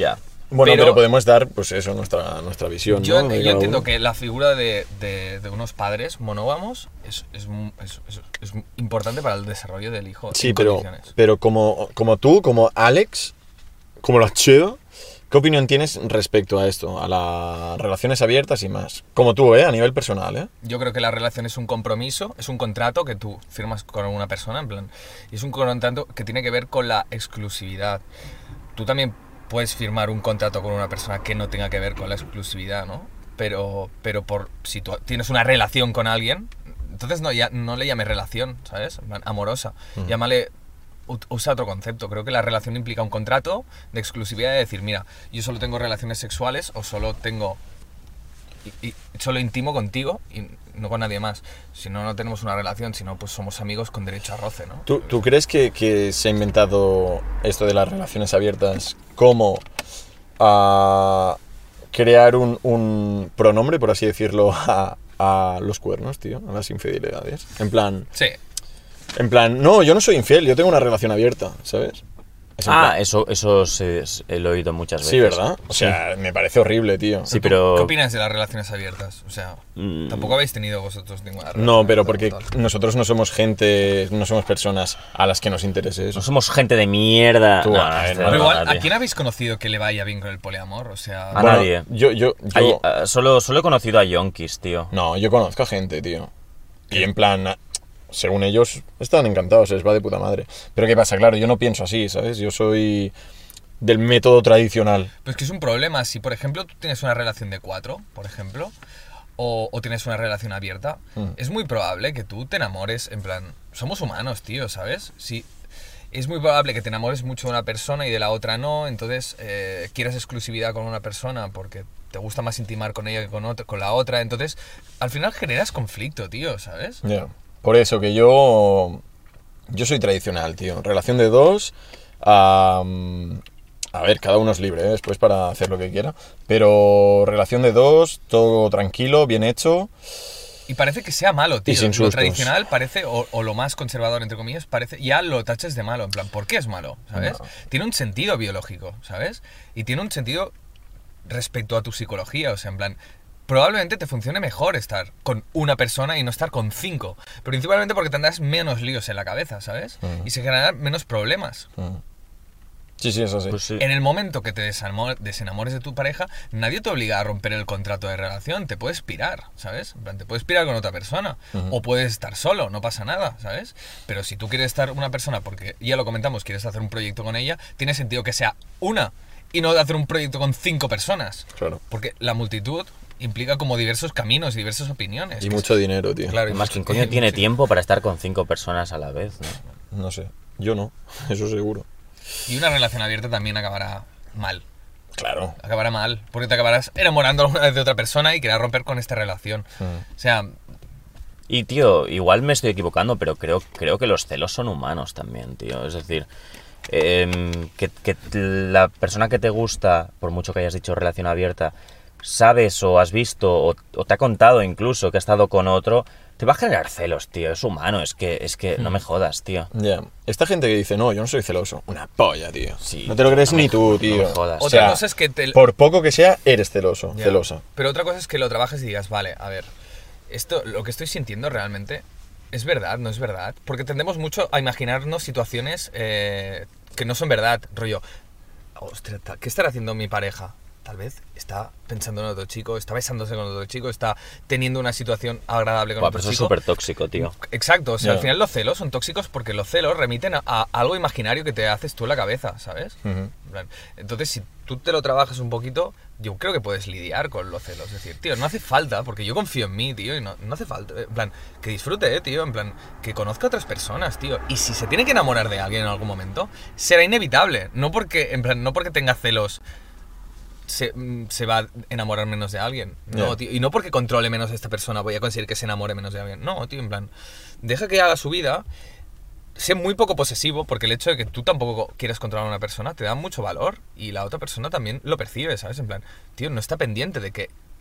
Bueno, pero, Pero- podemos dar, pues eso, nuestra, nuestra visión, Yo, ¿no? De yo cada entiendo uno. que la figura de, de- de unos padres monógamos es, es, mu- es- es- es importante para el desarrollo del hijo. Sí, en pero, condiciones. pero como, como tú, como Alex, como la Cheva, ¿qué opinión tienes respecto a esto? A las relaciones abiertas y más. Como tú, ¿eh? A nivel personal, ¿eh? Yo creo que la relación es un compromiso, es un contrato que tú firmas con una persona, en plan, y es un contrato que tiene que ver con la exclusividad. Tú también puedes firmar un contrato con una persona que no tenga que ver con la exclusividad, ¿no? Pero, pero por si tú tienes una relación con alguien, entonces no, ya, no le llames relación, ¿sabes? En plan, amorosa. Llámale, u- usa otro concepto. Creo que la relación implica un contrato de exclusividad de decir, mira, yo solo tengo relaciones sexuales o solo tengo y, y solo intimo contigo y no con nadie más. Si no, no tenemos una relación, si no, pues somos amigos con derecho a roce, ¿no? ¿Tú, tú crees que, que se ha inventado esto de las relaciones abiertas como a crear un, un pronombre, por así decirlo, a, a los cuernos, tío? A las infidelidades. En plan, Sí. en plan, no, yo no soy infiel, yo tengo una relación abierta, ¿sabes? Es en Ah, plan- eso, eso se- se- lo he oído muchas veces. sí, ¿verdad? O sea, me parece horrible, tío. Sí, ¿Tú pero... ¿Qué opinas de las relaciones abiertas? O sea, Mm. tampoco habéis tenido vosotros ninguna relación No, pero abierta porque como tal. nosotros no somos gente, no somos personas a las que nos interese eso. No somos gente de mierda. Tú, No, a no, ver, esto no, no, Pero igual, nadie. ¿a quién habéis conocido que le vaya bien con el poliamor? O sea, A Bueno, nadie. Yo, yo, yo... Ay, ah, solo, solo he conocido a yonkis, tío. No, yo conozco a gente, tío. Y en plan, según ellos, están encantados, les va de puta madre. Pero ¿qué pasa? Claro, yo no pienso así, ¿sabes? Yo soy del método tradicional. pues que es un problema. Si, por ejemplo, tú tienes una relación de cuatro, por ejemplo, o, o tienes una relación abierta, Mm. es muy probable que tú te enamores, en plan, somos humanos, tío, ¿sabes? Si, es muy probable que te enamores mucho de una persona y de la otra no, entonces eh, quieres exclusividad con una persona porque te gusta más intimar con ella que con, otra, con la otra, entonces al final generas conflicto, tío, ¿sabes? Ya. Por eso que yo... Yo soy tradicional, tío. Relación de dos... am, a ver, cada uno es libre, ¿eh? Después para hacer lo que quiera. Pero relación de dos, todo tranquilo, bien hecho. Y parece que sea malo, tío. sin Lo sustos. tradicional parece, o, o lo más conservador, entre comillas, parece, ya lo taches de malo. En plan, ¿por qué es malo? ¿Sabes? No. Tiene un sentido biológico, ¿sabes? Y tiene un sentido respecto a tu psicología. O sea, en plan, probablemente te funcione mejor estar con una persona y no estar con cinco. Principalmente porque tendrás menos líos en la cabeza, ¿sabes? Mm. Y se generarán menos problemas. Mm. Sí, sí, es así. Pues sí. En el momento que te desamor- desenamores de tu pareja, nadie te obliga a romper el contrato de relación. Te puedes pirar, ¿sabes? En plan, te puedes pirar con otra persona. Ujú. O puedes estar solo, no pasa nada, ¿sabes? Pero si tú quieres estar una persona, porque ya lo comentamos, quieres hacer un proyecto con ella, tiene sentido que sea una y no de hacer un proyecto con cinco personas. Claro. Porque la multitud implica como diversos caminos y diversas opiniones. Y Que mucho es- dinero, tío. Claro, y Además, mucho- ¿quién coño tiene sí. tiempo para estar con cinco personas a la vez? ¿no? No sé. Yo no. Eso seguro. Y una relación abierta también acabará mal. Claro. Acabará mal, porque te acabarás enamorando alguna vez de otra persona y querrás romper con esta relación. Mm. O sea, Y, tío, igual me estoy equivocando, pero creo, creo que los celos son humanos también, tío. Es decir, em, que, que la persona que te gusta, por mucho que hayas dicho relación abierta, sabes o has visto o, o te ha contado incluso que ha estado con otro, te va a generar celos, tío. Es humano, es que, es que no me jodas, tío. Ya. Esta gente que dice, no, yo no soy celoso. Una polla, tío. Sí. No te lo crees No me ni tú, jodas, no tío. me jodas. O otra sea, cosa es que te... por poco que sea, eres celoso. Ya. Celosa. Pero otra cosa es que lo trabajes y digas, vale, a ver, esto, lo que estoy sintiendo realmente, ¿es verdad? ¿No es verdad? Porque tendemos mucho a imaginarnos situaciones eh, que no son verdad, rollo, ostras, ta- ¿qué estará haciendo mi pareja? Tal vez está pensando en otro chico, está besándose con otro chico, está teniendo una situación agradable con Buah, otro pero eso es chico. súper tóxico, tío. Exacto, o sea, Ya. al final los celos son tóxicos porque los celos remiten a, a algo imaginario que te haces tú en la cabeza, ¿sabes? Ujú. En plan, entonces, si tú te lo trabajas un poquito, yo creo que puedes lidiar con los celos. Es decir, tío, no hace falta, porque yo confío en mí, tío, y no, no hace falta. En plan, que disfrute, eh, tío, en plan, que conozca a otras personas, tío. Y si se tiene que enamorar de alguien en algún momento, será inevitable. No porque, en plan, no porque tenga celos se, mm, se va a enamorar menos de alguien. No, Ya. tío. Y no porque controle menos a esta persona voy a conseguir que se enamore menos de alguien. No, tío, en plan, deja que haga su vida. Sé muy poco posesivo porque el hecho de que tú tampoco quieras controlar a una persona te da mucho valor y la otra persona también lo percibe, ¿sabes? En plan, tío, no está pendiente de que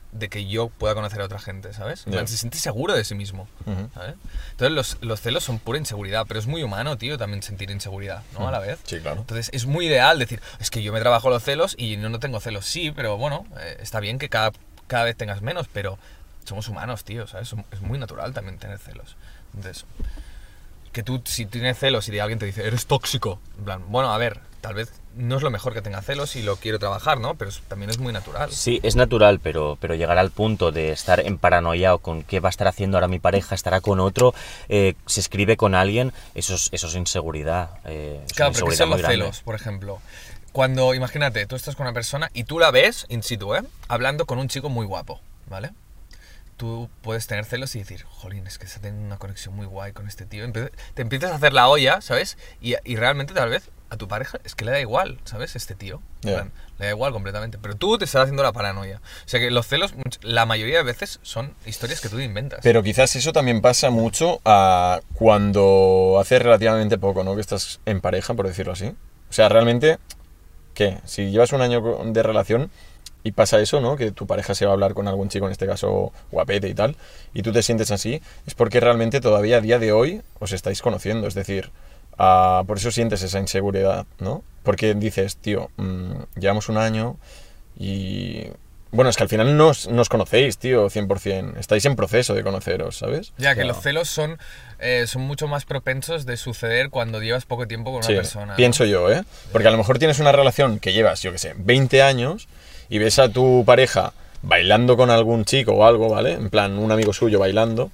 de que yo pueda conocer a otra gente, ¿sabes? En Ya. plan, se siente seguro de sí mismo, Ujú. ¿sabes? Entonces los, los celos son pura inseguridad, pero es muy humano, tío, también sentir inseguridad, ¿no? A la vez. Sí, claro. Entonces es muy ideal decir, es que yo me trabajo los celos y no, no tengo celos. Sí, pero bueno, eh, está bien que cada, cada vez tengas menos, pero somos humanos, tío, ¿sabes? Som- Es muy natural también tener celos. Entonces, que tú, si tienes celos y de alguien te dice, eres tóxico, en plan, bueno, a ver, tal vez no es lo mejor que tenga celos y lo quiero trabajar, ¿no? Pero es- también es muy natural. Sí, es natural, pero, pero llegar al punto de estar en paranoia o con qué va a estar haciendo ahora mi pareja, estará con otro, eh, se escribe con alguien, eso es, eso es inseguridad. Eh, es Claro, una pero ¿qué inseguridad son muy los grande. celos, por ejemplo? Cuando, imagínate, tú estás con una persona y tú la ves, in situ, ¿eh? Hablando con un chico muy guapo, ¿vale? Tú puedes tener celos y decir, jolín, es que se tiene una conexión muy guay con este tío. Empe- Te empiezas a hacer la olla, ¿sabes? Y, y realmente tal vez a tu pareja es que le da igual, ¿sabes? Este tío. En Ya. plan, le da igual completamente. Pero tú te estás haciendo la paranoia. O sea que los celos, much- la mayoría de veces, son historias que tú te inventas. Pero quizás eso también pasa mucho a cuando hace relativamente poco, ¿no? Que estás en pareja, por decirlo así. O sea, realmente, ¿qué? Si llevas un año co- de relación y pasa eso, ¿no? Que tu pareja se va a hablar con algún chico, en este caso guapete y tal, y tú te sientes así, es porque realmente todavía a día de hoy os estáis conociendo. Es decir, ah, por eso sientes esa inseguridad, ¿no? Porque dices, tío, mm, llevamos un año y... Bueno, es que al final no os, no os conocéis, tío, cien por cien. Estáis en proceso de conoceros, ¿sabes? Ya, que O sea, los celos son, eh, son mucho más propensos de suceder cuando llevas poco tiempo con sí, una persona. ¿no? pienso yo, ¿eh? Porque a lo mejor tienes una relación que llevas, yo qué sé, veinte años y ves a tu pareja bailando con algún chico o algo, ¿vale? En plan, un amigo suyo bailando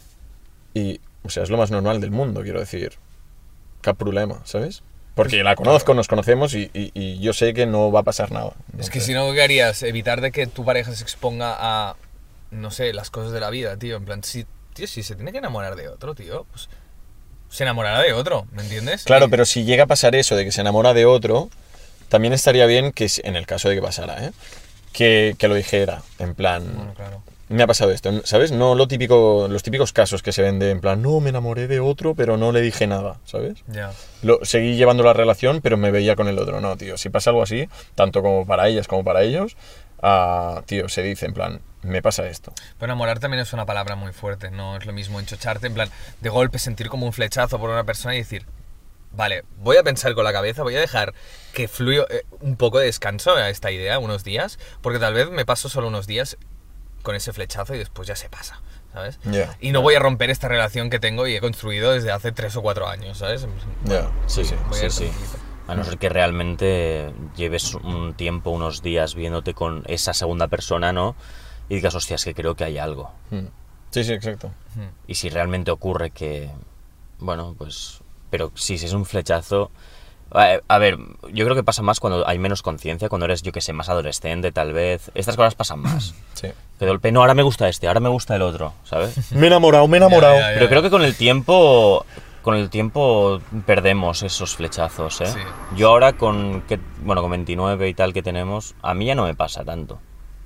y, o sea, es lo más normal del mundo, quiero decir. ¿Qué problema, sabes? Porque la conozco, nos conocemos y, y- y yo sé que no va a pasar nada. Es que si no, ¿qué harías? Evitar de que tu pareja se exponga a, no sé, las cosas de la vida, tío. En plan, si, tío, si se tiene que enamorar de otro, tío, pues se enamorará de otro, ¿me entiendes? Claro, Y- pero si llega a pasar eso de que se enamora de otro, también estaría bien que, en el caso de que pasara, ¿eh? Que, que lo dijera, en plan... Bueno, claro. Me ha pasado esto, ¿sabes? No lo típico, los típicos casos que se ven de en plan, no, me enamoré de otro, pero no le dije nada, ¿sabes? Ya. Lo, seguí llevando la relación, pero me veía con el otro. No, tío, si pasa algo así, tanto como para ellas como para ellos, ah, tío, se dice en plan, me pasa esto. Pero enamorar también es una palabra muy fuerte, no es lo mismo enchocharte, en plan, de golpe sentir como un flechazo por una persona y decir, vale, voy a pensar con la cabeza, voy a dejar que fluya eh, un poco de descanso a esta idea, unos días, porque tal vez me paso solo unos días con ese flechazo y después ya se pasa, ¿sabes? Ya. Y no voy a romper esta relación que tengo y he construido desde hace tres o cuatro años, ¿sabes? Ya, sí, sí. Voy a Sí, ir sí. tranquilito. A no ser que realmente lleves un tiempo, unos días viéndote con esa segunda persona, ¿no? Y digas, hostia, es que creo que hay algo. Mm. Sí, sí, exacto. Y si realmente ocurre que, bueno, pues... Pero si es un flechazo... A a ver, yo creo que pasa más cuando hay menos conciencia, cuando eres, yo que sé, más adolescente, tal vez. Estas cosas pasan más. Sí. Que de golpe, no, ahora me gusta este, ahora me gusta el otro, ¿sabes? Me he enamorado, me he enamorado. Ya, ya, ya. Pero creo que con el tiempo... Con el tiempo perdemos esos flechazos, ¿eh? Sí. Yo ahora con, que, bueno, con veintinueve y tal que tenemos, a mí ya no me pasa tanto.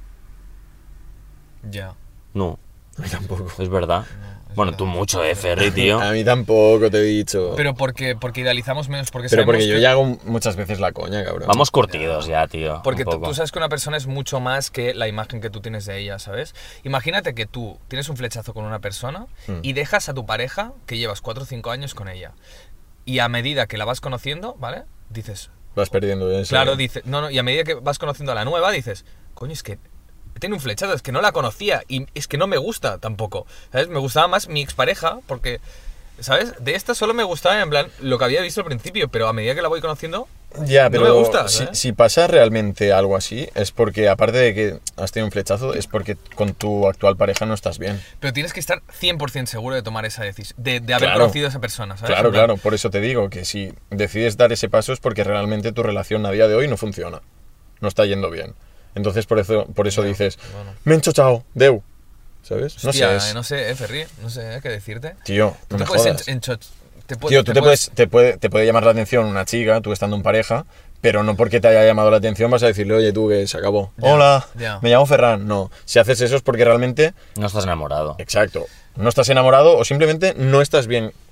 Ya. No, A mí tampoco. es verdad. Bueno, tú mucho, ¿eh, Ferry, tío? A mí tampoco, te he dicho. Pero porque, porque idealizamos menos, porque Pero sabemos porque yo que- ya hago muchas veces la coña, cabrón. Vamos curtidos ya, tío. Porque un tú, poco. tú sabes que una persona es mucho más que la imagen que tú tienes de ella, ¿sabes? Imagínate que tú tienes un flechazo con una persona Mm. y dejas a tu pareja que llevas cuatro o cinco años con ella. Y a medida que la vas conociendo, ¿vale? Dices, Vas perdiendo eso. claro, dices, no, no, y a medida que vas conociendo a la nueva, dices, coño, es que tiene un flechazo, es que no la conocía y es que no me gusta tampoco, ¿sabes? Me gustaba más mi expareja porque, ¿sabes? De esta solo me gustaba en plan lo que había visto al principio, pero a medida que la voy conociendo, Ya, no pero me gusta, si, ¿sabes? si pasa realmente algo así, es porque, aparte de que has tenido un flechazo, es porque con tu actual pareja no estás bien. pero tienes que estar cien por ciento seguro de tomar esa decisión, de, de haber Claro. conocido a esa persona, ¿sabes? Claro, En plan, claro, por eso te digo que si decides dar ese paso es porque realmente tu relación a día de hoy no funciona. No está yendo bien. Entonces por eso, por eso Bueno, dices, bueno. me he enchochado, deu. ¿Sabes? No Hostia, sé, eh, es- no sé, eh, Ferri, no sé eh, qué decirte. Tío, Tú no te me puedes jodas. en- encho- te pu- Tío, tú te, puedes- puedes, te, puede, te puede llamar la atención una chica, tú estando en pareja, pero no porque te haya llamado la atención vas a decirle, oye, tú que se acabó. Ya, Hola, ya. me llamo Ferran. No, si haces eso es porque realmente, No estás enamorado. exacto, no estás enamorado o simplemente no estás bien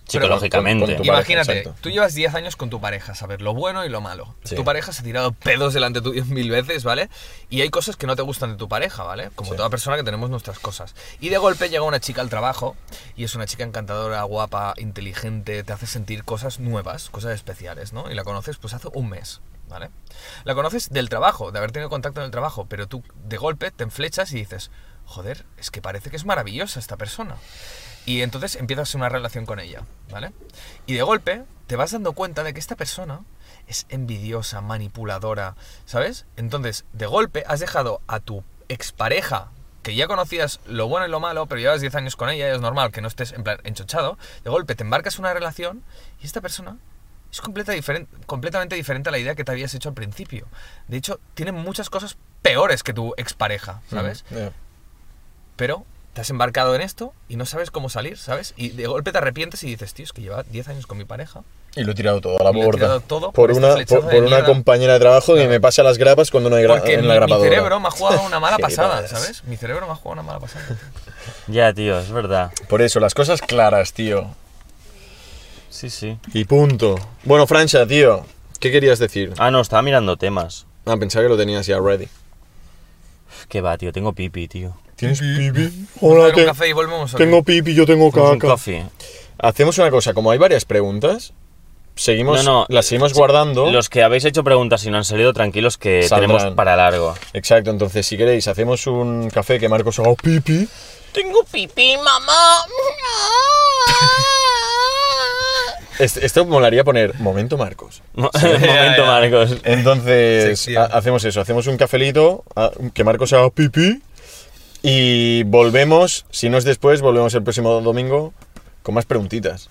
Psicológicamente. con- con tu pareja, Imagínate, exacto. tú llevas diez años con tu pareja, saber lo bueno y lo malo. Sí. Tu pareja se ha tirado pedos delante tuyo mil veces, ¿vale? Y hay cosas que no te gustan de tu pareja, ¿vale? Como Sí. toda persona que tenemos nuestras cosas. Y de golpe llega una chica al trabajo y es una chica encantadora, guapa, inteligente, te hace sentir cosas nuevas, cosas especiales, ¿no? Y la conoces pues hace un mes, ¿vale? La conoces del trabajo, de haber tenido contacto en el trabajo, pero tú de golpe te enflechas y dices, joder, es que parece que es maravillosa esta persona. Y entonces empiezas una relación con ella, ¿vale? Y de golpe te vas dando cuenta de que esta persona es envidiosa, manipuladora, ¿sabes? Entonces, de golpe has dejado a tu expareja, que ya conocías lo bueno y lo malo, pero llevas diez años con ella, y es normal que no estés en plan enchochado, de golpe te embarcas en una relación y esta persona es completa diferen- completamente diferente a la idea que te habías hecho al principio. De hecho, tiene muchas cosas peores que tu expareja, ¿sabes? Mm, yeah. Pero te has embarcado en esto y no sabes cómo salir, ¿sabes? Y de golpe te arrepientes y dices, tío, es que lleva diez años con mi pareja. Y lo he tirado todo a la Y lo he borda. tirado todo por por este una, flechazo por, de por una mierda. compañera de trabajo que me pasa las grapas cuando no hay gra Porque en mi, la mi grapadora. cerebro me ha jugado una mala pasada, Gilipollas. ¿sabes? Mi cerebro me ha jugado una mala pasada. Ya, tío, es verdad. Por eso, las cosas claras, tío. Sí, sí. Y punto. Bueno, Francia, tío, ¿qué querías decir? Ah, no, estaba mirando temas. Ah, pensaba que lo tenías ya ready. Qué va, tío, tengo pipi, tío. ¿Tienes pipi? Vamos a Hola, ver un te- café y volvemos a tengo pipi, yo tengo Hacemos un caca. coffee. Hacemos una cosa, como hay varias preguntas, seguimos, No, no, las seguimos sí, guardando. Los que habéis hecho preguntas y no han salido, tranquilos que Saldrán. tenemos para largo. Exacto, entonces si queréis, hacemos un café que Marcos haga pipi. Tengo pipí, mamá. Este- Esto molaría poner momento Marcos. Momento, ya, ya. Marcos. Entonces, Sección. ha- hacemos eso, hacemos un cafelito, a- que Marcos haga pipí y volvemos, si no es después, volvemos el próximo domingo con más preguntitas.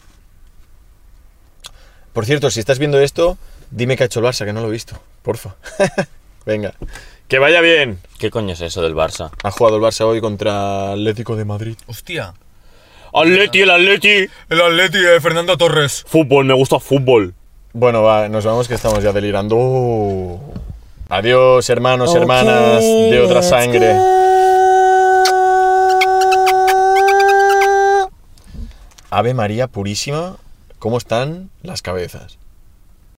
Por cierto, si estás viendo esto, dime que ha hecho el Barça, que no lo he visto, porfa. Venga. ¡Que vaya bien! ¿Qué coño es eso del Barça? Ha jugado el Barça hoy contra Atlético de Madrid. Hostia. Atleti, el Atleti. El Atleti de Fernando Torres. Fútbol, me gusta fútbol. Bueno, va, nos vamos que estamos ya delirando. Adiós, hermanos, hermanas de otra sangre. Ave María Purísima, ¿cómo están las cabezas?